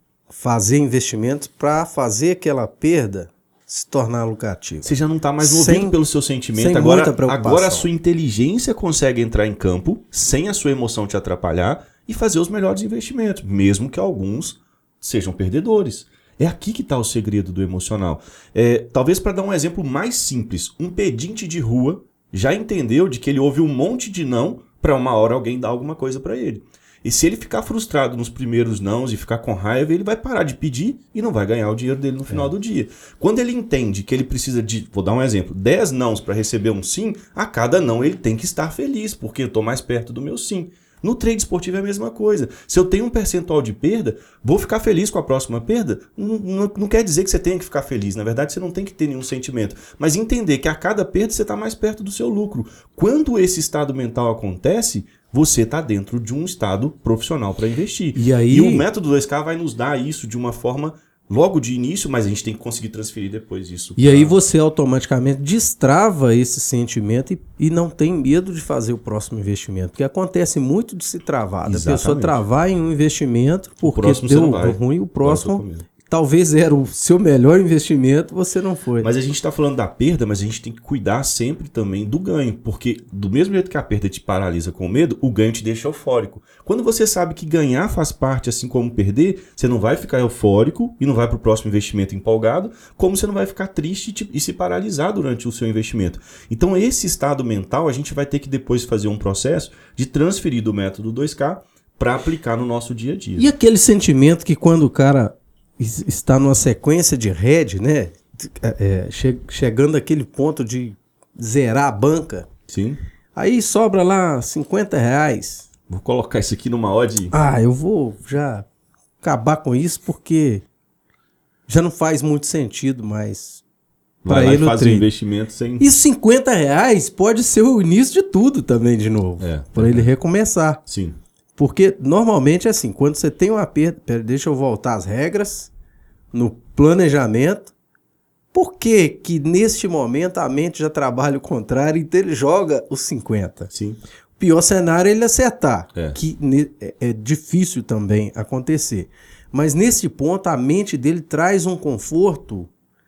Speaker 1: fazer investimentos para fazer aquela perda se tornar lucrativa?
Speaker 2: Você já não está mais movido pelo seu sentimento. Agora a sua inteligência consegue entrar em campo sem a sua emoção te atrapalhar e fazer os melhores investimentos, mesmo que alguns sejam perdedores. É aqui que está o segredo do emocional. Talvez para dar um exemplo mais simples, um pedinte de rua já entendeu de que ele ouve um monte de não para uma hora alguém dar alguma coisa para ele. E se ele ficar frustrado nos primeiros nãos e ficar com raiva, ele vai parar de pedir e não vai ganhar o dinheiro dele no final do dia. Quando ele entende que ele precisa de, vou dar um exemplo, 10 nãos para receber um sim, a cada não ele tem que estar feliz, porque eu estou mais perto do meu sim. No trade esportivo é a mesma coisa. Se eu tenho um percentual de perda, vou ficar feliz com a próxima perda? Não quer dizer que você tenha que ficar feliz. Na verdade, você não tem que ter nenhum sentimento. Mas entender que a cada perda você está mais perto do seu lucro. Quando esse estado mental acontece, você está dentro de um estado profissional para investir. E o método 2K vai nos dar isso de uma forma logo de início, mas a gente tem que conseguir transferir depois isso.
Speaker 1: E aí você automaticamente destrava esse sentimento e não tem medo de fazer o próximo investimento. Porque acontece muito de se travar. Da pessoa travar em um investimento porque deu ruim, o próximo talvez era o seu melhor investimento, você não foi.
Speaker 2: Mas a gente está falando da perda, mas a gente tem que cuidar sempre também do ganho. Porque do mesmo jeito que a perda te paralisa com medo, o ganho te deixa eufórico. Quando você sabe que ganhar faz parte, assim como perder, você não vai ficar eufórico e não vai para o próximo investimento empolgado, como você não vai ficar triste e se paralisar durante o seu investimento. Então esse estado mental a gente vai ter que depois fazer um processo de transferir do método 2K para aplicar no nosso dia a dia.
Speaker 1: E aquele sentimento que quando o cara está numa sequência de head, né? Chegando àquele ponto de zerar a banca.
Speaker 2: Sim.
Speaker 1: Aí sobra lá R$50.
Speaker 2: Vou colocar isso aqui numa odd.
Speaker 1: Eu vou já acabar com isso porque já não faz muito sentido mais.
Speaker 2: Vai lá e faz o investimento sem...
Speaker 1: E R$50 pode ser o início de tudo também de novo. Para ele recomeçar.
Speaker 2: Sim.
Speaker 1: Porque normalmente é assim, quando você tem uma perda... Deixa eu voltar às regras. No planejamento. Por que que neste momento a mente já trabalha o contrário, então ele joga os 50?
Speaker 2: Sim.
Speaker 1: O pior cenário é ele acertar, que é difícil também acontecer. Mas nesse ponto a mente dele traz um conforto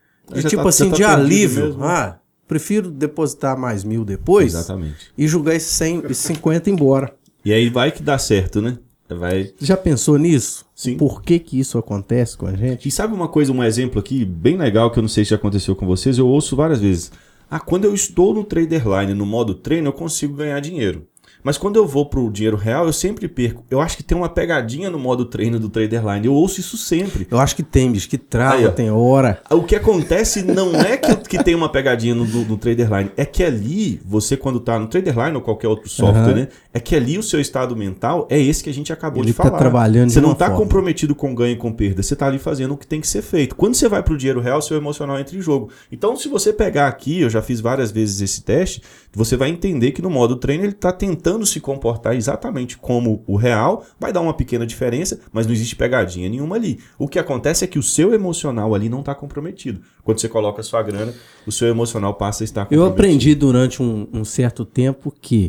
Speaker 1: de alívio. Prefiro depositar mais 1.000 depois.
Speaker 2: Exatamente.
Speaker 1: E jogar esses 50 embora.
Speaker 2: E aí vai que dá certo, né?
Speaker 1: Já pensou nisso?
Speaker 2: Sim.
Speaker 1: Por que isso acontece com a gente?
Speaker 2: E sabe uma coisa, um exemplo aqui bem legal que eu não sei se já aconteceu com vocês, eu ouço várias vezes. Quando eu estou no Traderline, no modo treino, eu consigo ganhar dinheiro. Mas quando eu vou pro dinheiro real, eu sempre perco. Eu acho que tem uma pegadinha no modo treino do Traderline. Eu ouço isso sempre.
Speaker 1: Eu acho que tem, bicho, que trava, tem hora.
Speaker 2: O que acontece não é que tem uma pegadinha no Traderline. É que ali, você quando tá no Traderline ou qualquer outro software, né? É que ali o seu estado mental é esse que a gente acabou de falar.
Speaker 1: Tá trabalhando
Speaker 2: você não tá comprometido com ganho e com perda. Você tá ali fazendo o que tem que ser feito. Quando você vai pro dinheiro real, seu emocional entra em jogo. Então, se você pegar aqui, eu já fiz várias vezes esse teste, você vai entender que no modo treino ele tá tentando tentando se comportar exatamente como o real, vai dar uma pequena diferença, mas não existe pegadinha nenhuma ali. O que acontece é que o seu emocional ali não está comprometido. Quando você coloca a sua grana, o seu emocional passa a estar comprometido.
Speaker 1: Eu aprendi durante um certo tempo que,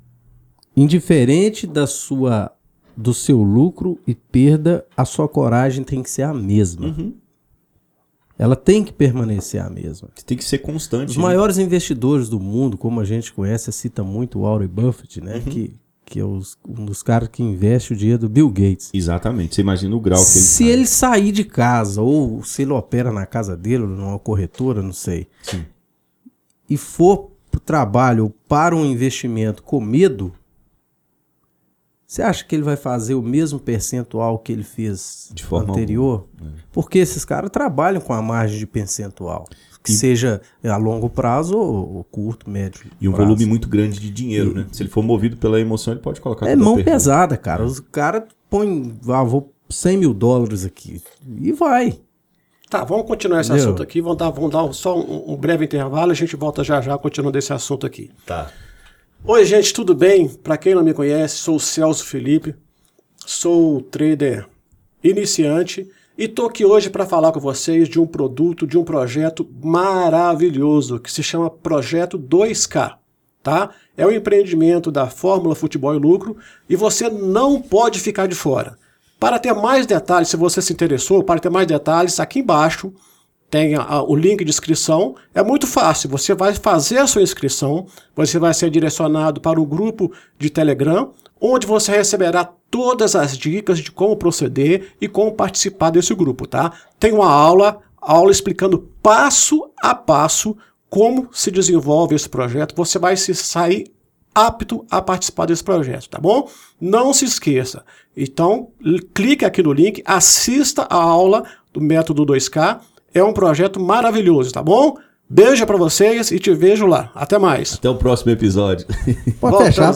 Speaker 1: indiferente do seu lucro e perda, a sua coragem tem que ser a mesma.
Speaker 2: Uhum.
Speaker 1: Ela tem que permanecer a mesma.
Speaker 2: Você tem que ser constante.
Speaker 1: Os maiores investidores do mundo, como a gente conhece, cita muito o Warren Buffett, né? Que é um dos caras que investe o dinheiro do Bill Gates.
Speaker 2: Exatamente. Você imagina o grau que ele
Speaker 1: Se ele sair de casa, ou se ele opera na casa dele, ou numa corretora, não sei,
Speaker 2: Sim.
Speaker 1: e for para o trabalho ou para um investimento com medo, você acha que ele vai fazer o mesmo percentual que ele fez
Speaker 2: de forma
Speaker 1: anterior? Porque esses caras trabalham com a margem de percentual, que seja a longo prazo ou curto, médio
Speaker 2: E um
Speaker 1: prazo.
Speaker 2: volume muito grande de dinheiro, né? Se ele for movido pela emoção, ele pode colocar
Speaker 1: É
Speaker 2: tudo a
Speaker 1: mão
Speaker 2: perder.
Speaker 1: pesada, cara. Os caras põem, vou $100 mil aqui, e vai.
Speaker 3: Tá, vamos continuar esse
Speaker 1: Entendeu?
Speaker 3: assunto aqui. Vamos dar só um breve intervalo. A gente volta já continuando esse assunto aqui.
Speaker 2: Tá.
Speaker 3: Oi, gente, tudo bem? Para quem não me conhece, sou o Celso Felipe, sou trader iniciante e tô aqui hoje para falar com vocês de um produto, de um projeto maravilhoso que se chama Projeto 2K, tá? É um empreendimento da Fórmula Futebol e Lucro e você não pode ficar de fora. Para ter mais detalhes, se você se interessou, para ter mais detalhes, aqui embaixo tem o link de inscrição. É muito fácil, você vai fazer a sua inscrição, você vai ser direcionado para o grupo de Telegram, onde você receberá todas as dicas de como proceder e como participar desse grupo, tá? Tem uma aula explicando passo a passo como se desenvolve esse projeto. Você vai se sair apto a participar desse projeto, tá bom? Não se esqueça. Então, clique aqui no link, assista a aula do Método 2K. É um projeto maravilhoso, tá bom? Beijo pra vocês e te vejo lá. Até mais.
Speaker 2: Até o próximo episódio.
Speaker 1: Pode fechar.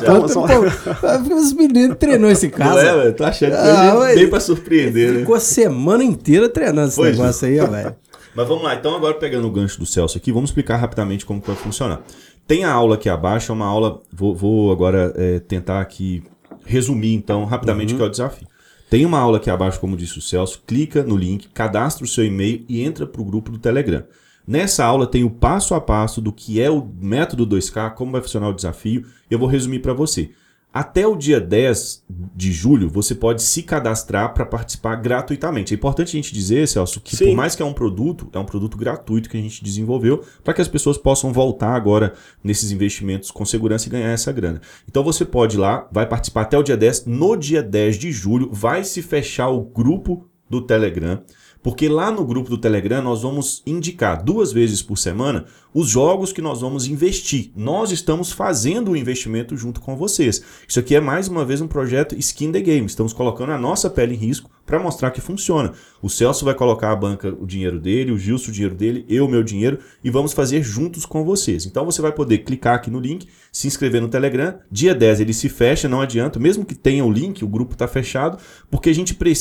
Speaker 3: fechar.
Speaker 1: Os meninos treinou esse caso.
Speaker 2: Não é, velho? Tô achando que ele veio pra surpreender, né?
Speaker 1: Ficou a semana inteira treinando esse
Speaker 2: Pois
Speaker 1: negócio aí, ó, velho.
Speaker 2: Mas vamos lá, então agora pegando o gancho do Celso aqui, vamos explicar rapidamente como que vai funcionar. Tem a aula aqui abaixo, é uma aula, vou agora tentar aqui resumir então rapidamente o que é o desafio. Tem uma aula aqui abaixo, como disse o Celso, clica no link, cadastra o seu e-mail e entra para o grupo do Telegram. Nessa aula tem o passo a passo do que é o método 2K, como vai funcionar o desafio, e eu vou resumir para você. Até o dia 10 de julho, você pode se cadastrar para participar gratuitamente. É importante a gente dizer, Celso, que por mais que é um produto gratuito que a gente desenvolveu para que as pessoas possam voltar agora nesses investimentos com segurança e ganhar essa grana. Então você pode ir lá, vai participar até o dia 10. No dia 10 de julho, vai se fechar o grupo do Telegram. Porque lá no grupo do Telegram nós vamos indicar 2 vezes por semana os jogos que nós vamos investir. Nós estamos fazendo o investimento junto com vocês. Isso aqui é mais uma vez um projeto Skin the Game. Estamos colocando a nossa pele em risco para mostrar que funciona. O Celso vai colocar a banca o dinheiro dele, o Gilson o dinheiro dele, eu o meu dinheiro e vamos fazer juntos com vocês. Então você vai poder clicar aqui no link, se inscrever no Telegram. Dia 10 ele se fecha, não adianta. Mesmo que tenha o link, o grupo está fechado, porque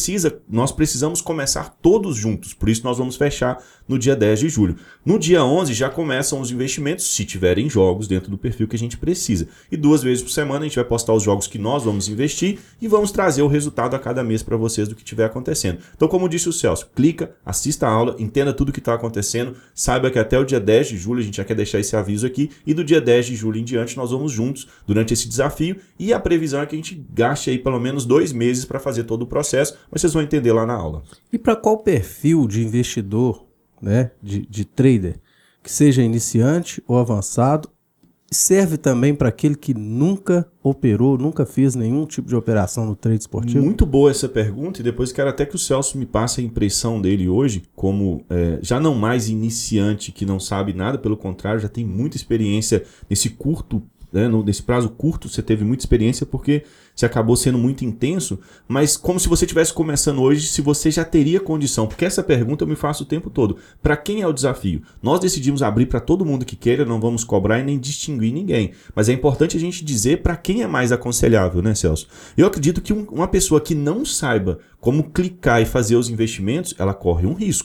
Speaker 2: nós precisamos começar todos juntos. Por isso nós vamos fechar no dia 10 de julho. No dia 11 já começam os investimentos, se tiverem jogos dentro do perfil que a gente precisa. E 2 vezes por semana a gente vai postar os jogos que nós vamos investir e vamos trazer o resultado a cada mês para vocês do que estiver acontecendo. Então, como disse o Celso, clica, assista a aula, entenda tudo o que está acontecendo, saiba que até o dia 10 de julho, a gente já quer deixar esse aviso aqui, e do dia 10 de julho em diante nós vamos juntos durante esse desafio, e a previsão é que a gente gaste aí pelo menos 2 meses para fazer todo o processo, mas vocês vão entender lá na aula.
Speaker 1: E para qual perfil de investidor, né, de trader, que seja iniciante ou avançado, serve também para aquele que nunca operou, nunca fez nenhum tipo de operação no trade esportivo?
Speaker 2: Muito boa essa pergunta, e depois quero até que o Celso me passe a impressão dele hoje, como já não mais iniciante que não sabe nada, pelo contrário, já tem muita experiência nesse curto, nesse prazo curto. Você teve muita experiência porque você acabou sendo muito intenso, mas como se você estivesse começando hoje, se você já teria condição, porque essa pergunta eu me faço o tempo todo. Para quem é o desafio? Nós decidimos abrir para todo mundo que queira, não vamos cobrar e nem distinguir ninguém, mas é importante a gente dizer para quem é mais aconselhável, né, Celso? Eu acredito que uma pessoa que não saiba como clicar e fazer os investimentos, ela corre um risco.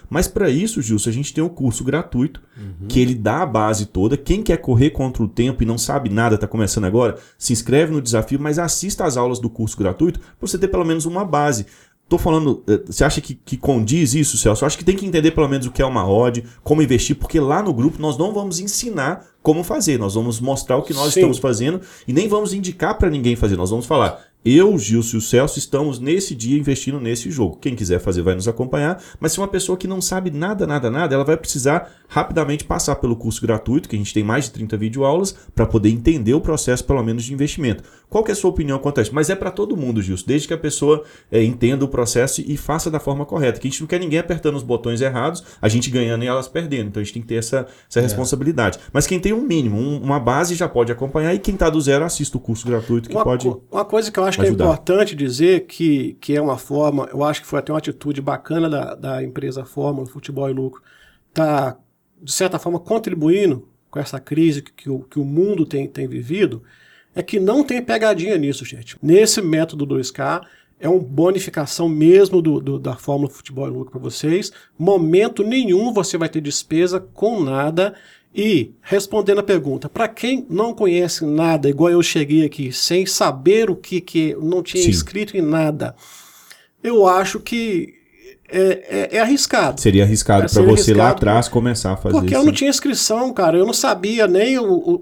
Speaker 2: Mas para isso, Gilson, a gente tem um curso gratuito, que ele dá a base toda. Quem quer correr contra o tempo e não sabe nada, está começando agora, se inscreve no desafio, mas assista às aulas do curso gratuito para você ter pelo menos uma base. Tô falando, você acha que condiz isso, Celso? Eu acho que tem que entender pelo menos o que é uma odd, como investir, porque lá no grupo nós não vamos ensinar como fazer, nós vamos mostrar o que nós estamos fazendo e nem vamos indicar para ninguém fazer, nós vamos falar, eu, Gilson e o Celso estamos nesse dia investindo nesse jogo. Quem quiser fazer vai nos acompanhar, mas se uma pessoa que não sabe nada, ela vai precisar rapidamente passar pelo curso gratuito, que a gente tem mais de 30 videoaulas, para poder entender o processo, pelo menos, de investimento. Qual que é a sua opinião quanto a isso? Mas é para todo mundo, Gilson, desde que a pessoa entenda o processo e faça da forma correta, que a gente não quer ninguém apertando os botões errados, a gente ganhando e elas perdendo, então a gente tem que ter essa responsabilidade. Mas quem tem um mínimo, uma base já pode acompanhar e quem está do zero assista o curso gratuito que pode
Speaker 3: Uma coisa que eu acho que
Speaker 2: ajudar.
Speaker 3: é importante dizer que é uma forma, eu acho que foi até uma atitude bacana da empresa Fórmula Futebol e Lucro, está, de certa forma, contribuindo com essa crise que o mundo tem vivido, é que não tem pegadinha nisso, gente. Nesse método 2K, é uma bonificação mesmo da Fórmula Futebol e Lucro para vocês. Momento nenhum você vai ter despesa com nada. E, respondendo a pergunta, para quem não conhece nada, igual eu cheguei aqui, sem saber o que não tinha escrito em nada, eu acho que é arriscado.
Speaker 2: Seria arriscado para você lá atrás começar a fazer isso.
Speaker 3: Porque eu não tinha inscrição, cara. Eu não sabia nem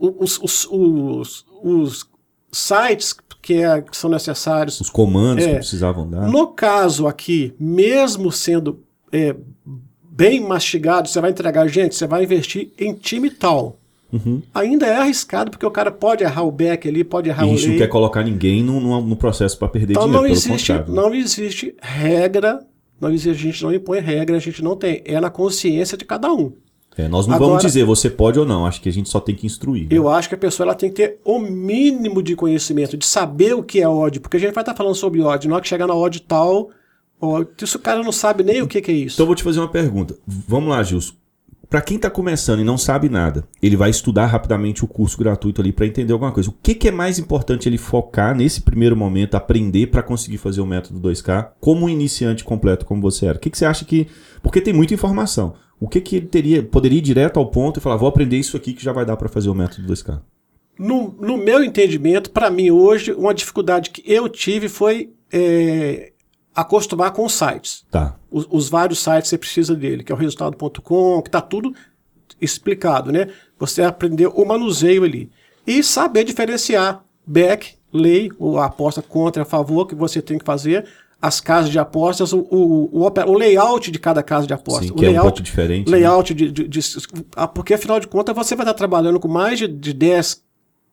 Speaker 3: os sites que são necessários.
Speaker 2: Os comandos que precisavam dar.
Speaker 3: No caso aqui, mesmo sendo bem mastigado, você vai entregar, gente, você vai investir em time tal. Ainda é arriscado, porque o cara pode errar o back ali, pode errar o lay.
Speaker 2: E a gente não quer colocar ninguém no processo para perder dinheiro, pelo contrário.
Speaker 3: Não existe regra, a gente não impõe regra, a gente não tem. É na consciência de cada um.
Speaker 2: Nós não vamos dizer você pode ou não, acho que a gente só tem que instruir.
Speaker 3: Eu acho que a pessoa ela tem que ter o mínimo de conhecimento, de saber o que é odd, porque a gente vai estar falando sobre odd, na hora que chegar na odd tal, se o cara não sabe nem o que é isso.
Speaker 2: Então eu vou te fazer uma pergunta. Vamos lá, Gilson. Para quem está começando e não sabe nada, ele vai estudar rapidamente o curso gratuito ali para entender alguma coisa. O que é mais importante ele focar nesse primeiro momento, aprender para conseguir fazer o método 2K como um iniciante completo como você era? O que você acha que... Porque tem muita informação. O que ele poderia ir direto ao ponto e falar, vou aprender isso aqui que já vai dar para fazer o método 2K?
Speaker 3: No meu entendimento, para mim hoje, uma dificuldade que eu tive foi acostumar com os sites.
Speaker 2: Tá.
Speaker 3: Os vários sites que você precisa dele, que é o resultado.com, que está tudo explicado, né? Você aprender o manuseio ali. E saber diferenciar back, lay, ou a aposta contra, a favor, que você tem que fazer, as casas de apostas, o layout de cada casa de aposta.
Speaker 2: Sim, que é um pouco diferente.
Speaker 3: Layout, né? Porque afinal de contas você vai estar trabalhando com mais de 10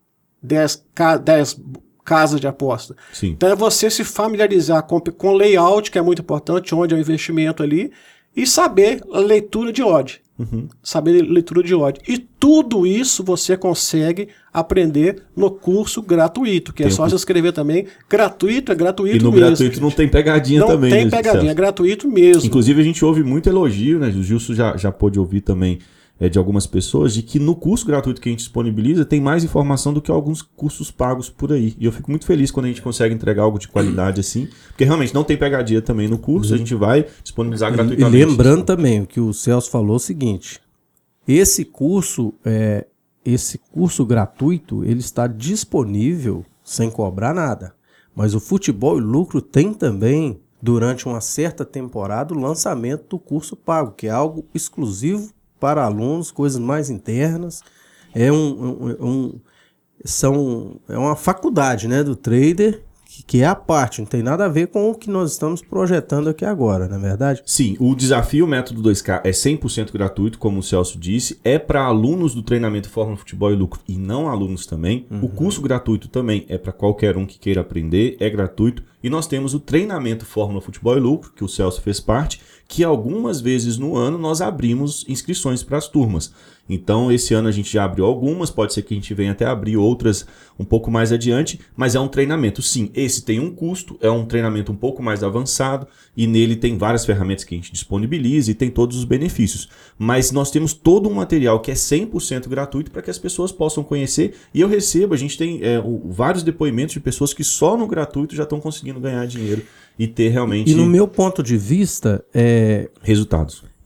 Speaker 3: casas de aposta.
Speaker 2: Sim.
Speaker 3: Então é você se familiarizar com layout, que é muito importante, onde é o investimento ali, e saber a leitura de odd. Saber leitura de odd. E tudo isso você consegue aprender no curso gratuito, que é só se inscrever também. Gratuito é gratuito mesmo.
Speaker 2: E no gratuito não tem pegadinha também.
Speaker 3: Não tem pegadinha, é gratuito mesmo.
Speaker 2: Inclusive a gente ouve muito elogio, né? O Gilson já pôde ouvir também de algumas pessoas, de que no curso gratuito que a gente disponibiliza tem mais informação do que alguns cursos pagos por aí. E eu fico muito feliz quando a gente consegue entregar algo de qualidade assim, porque realmente não tem pegadinha também no curso, a gente vai disponibilizar gratuitamente.
Speaker 1: E lembrando também, o que o Celso falou é o seguinte, esse curso gratuito, ele está disponível sem cobrar nada, mas o Futebol e Lucro tem também, durante uma certa temporada, o lançamento do curso pago, que é algo exclusivo para alunos, coisas mais internas, é uma faculdade, né, do trader, que é a parte, não tem nada a ver com o que nós estamos projetando aqui agora, não é verdade?
Speaker 2: Sim, o desafio método 2K é 100% gratuito, como o Celso disse, é para alunos do treinamento Fórmula Futebol e Lucro e não alunos também. O curso gratuito também é para qualquer um que queira aprender, é gratuito. E nós temos o treinamento Fórmula Futebol e Lucro, que o Celso fez parte, que algumas vezes no ano nós abrimos inscrições para as turmas. Então, esse ano a gente já abriu algumas, pode ser que a gente venha até abrir outras um pouco mais adiante, mas é um treinamento, sim, esse tem um custo, é um treinamento um pouco mais avançado e nele tem várias ferramentas que a gente disponibiliza e tem todos os benefícios. Mas nós temos todo um material que é 100% gratuito para que as pessoas possam conhecer e eu recebo, a gente tem vários depoimentos de pessoas que só no gratuito já estão conseguindo ganhar dinheiro e ter realmente...
Speaker 1: E no meu ponto de vista...
Speaker 2: resultados.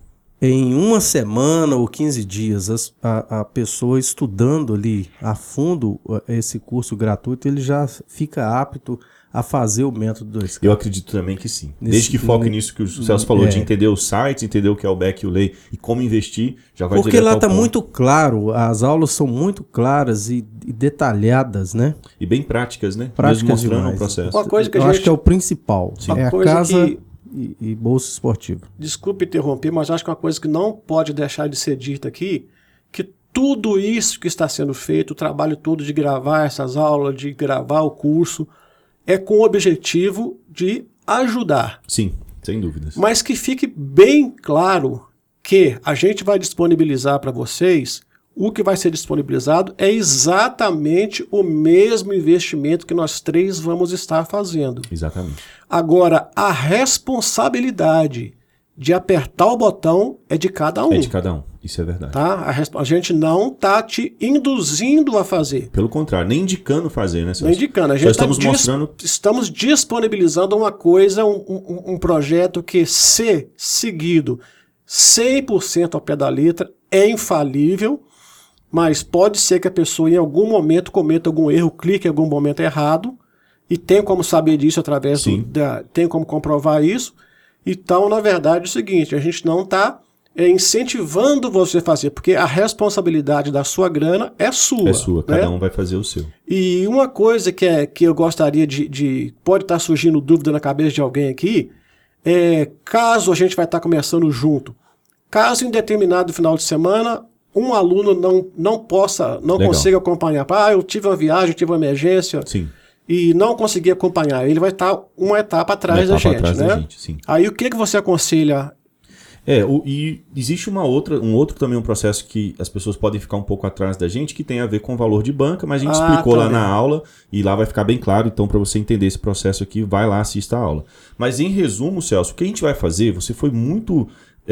Speaker 1: em uma semana ou 15 dias, a pessoa estudando ali a fundo esse curso gratuito, ele já fica apto a fazer o método 2K.
Speaker 2: Eu acredito também que sim. Desde que foque nisso que o Celso falou, de entender os sites, entender o que é o back e o lay e como investir, já vai
Speaker 1: porque lá está muito claro, as aulas são muito claras e detalhadas, né?
Speaker 2: E bem práticas, né?
Speaker 1: Práticas
Speaker 2: mesmo mostrando
Speaker 1: demais.
Speaker 2: o processo.
Speaker 3: Uma coisa que
Speaker 1: eu acho que é o principal.
Speaker 3: Sim.
Speaker 1: É a casa e bolsa esportiva.
Speaker 3: Desculpe interromper, mas acho que uma coisa que não pode deixar de ser dita aqui, que tudo isso que está sendo feito, o trabalho todo de gravar essas aulas, de gravar o curso, é com o objetivo de ajudar.
Speaker 2: Sim, sem dúvidas.
Speaker 3: Mas que fique bem claro que a gente vai disponibilizar para vocês, o que vai ser disponibilizado é exatamente o mesmo investimento que nós três vamos estar fazendo.
Speaker 2: Exatamente.
Speaker 3: Agora, a responsabilidade de apertar o botão é de cada um.
Speaker 2: É de cada um, isso é verdade.
Speaker 3: Tá? A gente não está te induzindo a fazer.
Speaker 2: Pelo contrário, nem indicando fazer, né, Celso?
Speaker 3: Não indicando. A gente estamos disponibilizando uma coisa, um projeto que, se seguido 100% ao pé da letra, é infalível, mas pode ser que a pessoa em algum momento cometa algum erro, clique em algum momento errado, e tem como saber disso através tem como comprovar isso. Então, na verdade, é o seguinte, a gente não está incentivando você a fazer, porque a responsabilidade da sua grana é sua.
Speaker 2: É sua,
Speaker 3: né?
Speaker 2: Cada um vai fazer o seu.
Speaker 3: E uma coisa que eu gostaria pode estar surgindo dúvida na cabeça de alguém aqui, caso a gente vai estar começando junto, caso em determinado final de semana, um aluno não consiga acompanhar, eu tive uma viagem, tive uma emergência,
Speaker 2: sim,
Speaker 3: e não conseguir acompanhar, ele vai estar uma etapa atrás da gente, né?
Speaker 2: Sim.
Speaker 3: Aí o que você aconselha?
Speaker 2: E existe um outro processo que as pessoas podem ficar um pouco atrás da gente, que tem a ver com o valor de banca, mas a gente explicou lá na aula, e lá vai ficar bem claro, então para você entender esse processo aqui, vai lá, assista a aula. Mas em resumo, Celso, o que a gente vai fazer, você foi muito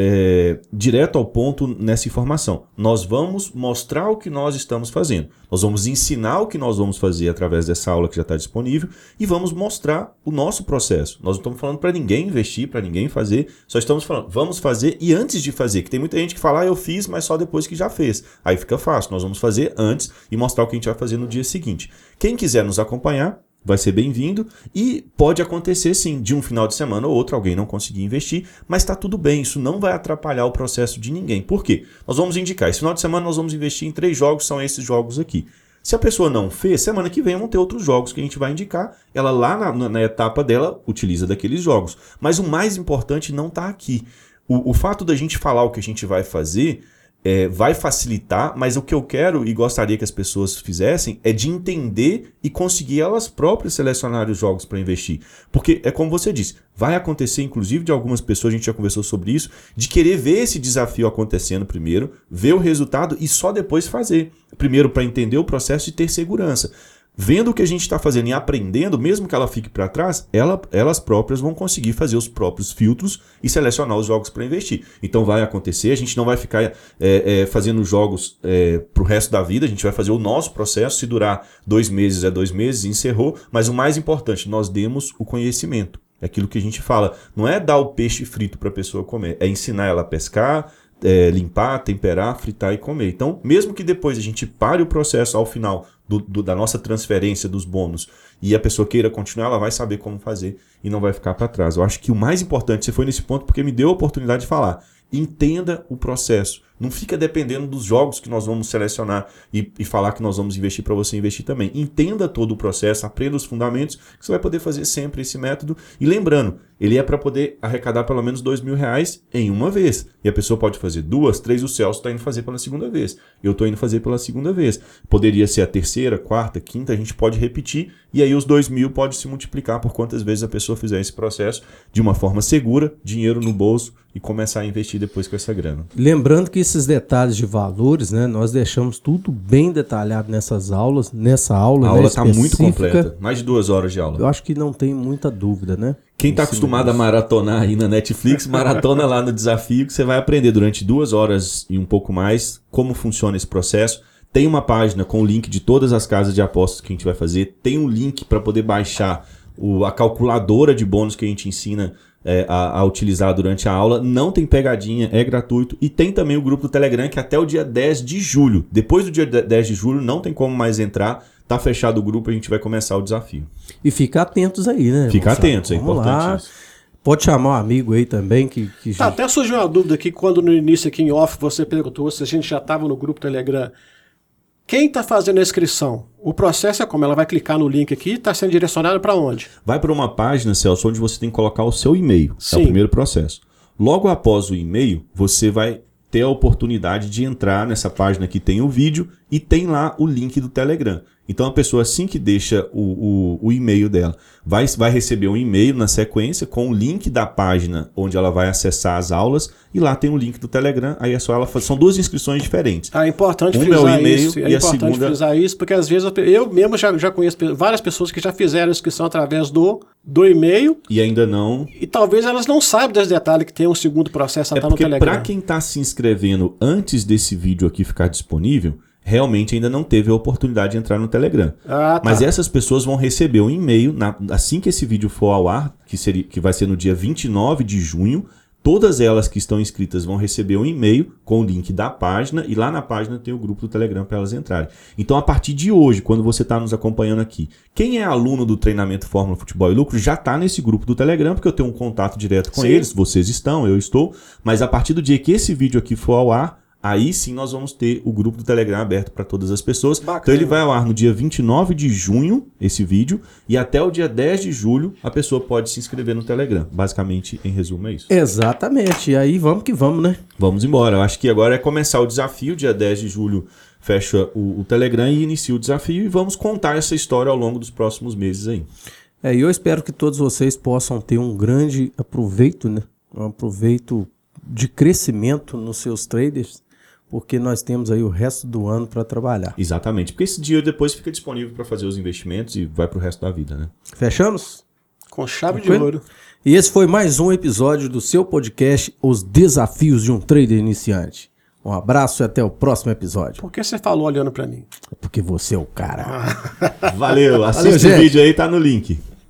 Speaker 2: direto ao ponto nessa informação. Nós vamos mostrar o que nós estamos fazendo. Nós vamos ensinar o que nós vamos fazer através dessa aula que já está disponível e vamos mostrar o nosso processo. Nós não estamos falando para ninguém investir, para ninguém fazer, só estamos falando, vamos fazer e antes de fazer, que tem muita gente que fala, eu fiz, mas só depois que já fez. Aí fica fácil, nós vamos fazer antes e mostrar o que a gente vai fazer no dia seguinte. Quem quiser nos acompanhar, vai ser bem-vindo e pode acontecer sim, de um final de semana ou outro alguém não conseguir investir, mas está tudo bem, isso não vai atrapalhar o processo de ninguém. Por quê? Nós vamos indicar, esse final de semana nós vamos investir em 3 jogos, são esses jogos aqui. Se a pessoa não fez, semana que vem vão ter outros jogos que a gente vai indicar, ela lá na etapa dela utiliza daqueles jogos. Mas o mais importante não está aqui. O fato da gente falar o que a gente vai fazer vai facilitar, mas o que eu quero e gostaria que as pessoas fizessem é de entender e conseguir elas próprias selecionar os jogos para investir. Porque é como você disse, vai acontecer inclusive de algumas pessoas, a gente já conversou sobre isso, de querer ver esse desafio acontecendo primeiro, ver o resultado e só depois fazer. Primeiro para entender o processo e ter segurança. Vendo o que a gente está fazendo e aprendendo, mesmo que ela fique para trás, elas próprias vão conseguir fazer os próprios filtros e selecionar os jogos para investir. Então vai acontecer, a gente não vai ficar fazendo jogos para o resto da vida, a gente vai fazer o nosso processo, se durar 2 meses, 2 meses, encerrou, mas o mais importante, nós demos o conhecimento. É aquilo que a gente fala, não é dar o peixe frito para a pessoa comer, é ensinar ela a pescar, limpar, temperar, fritar e comer. Então, mesmo que depois a gente pare o processo ao final da nossa transferência dos bônus e a pessoa queira continuar, ela vai saber como fazer e não vai ficar para trás. Eu acho que o mais importante, você foi nesse ponto porque me deu a oportunidade de falar, entenda o processo. Não fica dependendo dos jogos que nós vamos selecionar e falar que nós vamos investir para você investir também. Entenda todo o processo, aprenda os fundamentos, que você vai poder fazer sempre esse método. E lembrando, ele é para poder arrecadar pelo menos R$2.000 em uma vez. E a pessoa pode fazer 2, 3, o Celso está indo fazer pela segunda vez. Eu estou indo fazer pela segunda vez. Poderia ser a terceira, quarta, quinta, a gente pode repetir. E aí os 2.000 pode se multiplicar por quantas vezes a pessoa fizer esse processo de uma forma segura, dinheiro no bolso e começar a investir depois com essa grana.
Speaker 1: Lembrando que esses detalhes de valores, né, nós deixamos tudo bem detalhado nessas aulas, nessa aula.
Speaker 2: A aula está muito completa, mais de 2 horas de aula.
Speaker 1: Eu acho que não tem muita dúvida, né?
Speaker 2: Quem está acostumado a maratonar aí na Netflix, maratona lá no desafio, que você vai aprender durante 2 horas e um pouco mais como funciona esse processo. Tem uma página com o link de todas as casas de apostas que a gente vai fazer. Tem um link para poder baixar a calculadora de bônus que a gente ensina a utilizar durante a aula. Não tem pegadinha, é gratuito. E tem também o grupo do Telegram, que até o dia 10 de julho. Depois do dia 10 de julho, não tem como mais entrar. Tá fechado o grupo, a gente vai começar o desafio.
Speaker 1: E fica atentos aí, né?
Speaker 2: Fica atentos, é importante
Speaker 1: lá.
Speaker 2: isso.
Speaker 1: Pode chamar um amigo aí também que
Speaker 3: Tá, até surgiu uma dúvida aqui, quando no início aqui em off você perguntou se a gente já estava no grupo Telegram. Quem está fazendo a inscrição? O processo é como? Ela vai clicar no link aqui e está sendo direcionada para onde?
Speaker 2: Vai para uma página, Celso, onde você tem que colocar o seu e-mail.
Speaker 3: Sim.
Speaker 2: É o primeiro processo. Logo após o e-mail, você vai ter a oportunidade de entrar nessa página que tem o vídeo e tem lá o link do Telegram. Então a pessoa, assim que deixa o e-mail dela, vai receber um e-mail na sequência com o link da página onde ela vai acessar as aulas e lá tem o link do Telegram. Aí é só ela fazer. São duas inscrições diferentes.
Speaker 3: É importante
Speaker 2: Uma
Speaker 3: frisar
Speaker 2: é o e-mail
Speaker 3: isso.
Speaker 2: e a segunda...
Speaker 3: frisar isso, porque às vezes eu mesmo já conheço várias pessoas que já fizeram inscrição através do e-mail.
Speaker 2: E ainda não...
Speaker 3: E talvez elas não saibam desse detalhe que tem um segundo processo a estar no
Speaker 2: porque
Speaker 3: Telegram.
Speaker 2: para quem está se inscrevendo antes desse vídeo aqui ficar disponível, realmente ainda não teve a oportunidade de entrar no Telegram.
Speaker 3: Ah, tá.
Speaker 2: Mas essas pessoas vão receber um e-mail, assim que esse vídeo for ao ar, que vai ser no dia 29 de junho, todas elas que estão inscritas vão receber um e-mail com o link da página e lá na página tem o grupo do Telegram para elas entrarem. Então, a partir de hoje, quando você está nos acompanhando aqui, quem é aluno do treinamento Fórmula Futebol e Lucro já está nesse grupo do Telegram, porque eu tenho um contato direto com
Speaker 3: Sim.
Speaker 2: eles, vocês estão, eu estou, mas a partir do dia que esse vídeo aqui for ao ar, aí sim nós vamos ter o grupo do Telegram aberto para todas as pessoas.
Speaker 3: Bacana.
Speaker 2: Então ele vai ao ar no dia 29 de junho, esse vídeo, e até o dia 10 de julho a pessoa pode se inscrever no Telegram. Basicamente, em resumo, é isso.
Speaker 1: Exatamente. E aí vamos que vamos, né?
Speaker 2: Vamos embora. Eu acho que agora é começar o desafio. Dia 10 de julho fecha o Telegram e inicia o desafio. E vamos contar essa história ao longo dos próximos meses aí.
Speaker 1: E eu espero que todos vocês possam ter um grande aproveito, né? Um aproveito de crescimento nos seus traders, porque nós temos aí o resto do ano para trabalhar.
Speaker 2: Exatamente, porque esse dinheiro depois fica disponível para fazer os investimentos e vai para o resto da vida, né?
Speaker 1: Fechamos?
Speaker 3: Com chave de
Speaker 1: Tranquilo?
Speaker 3: ouro.
Speaker 1: E esse foi mais um episódio do seu podcast, Os Desafios de um Trader Iniciante. Um abraço e até o próximo episódio.
Speaker 3: Por que você falou olhando para mim?
Speaker 1: Porque você é o cara.
Speaker 2: Valeu, assista o vídeo aí, tá no link.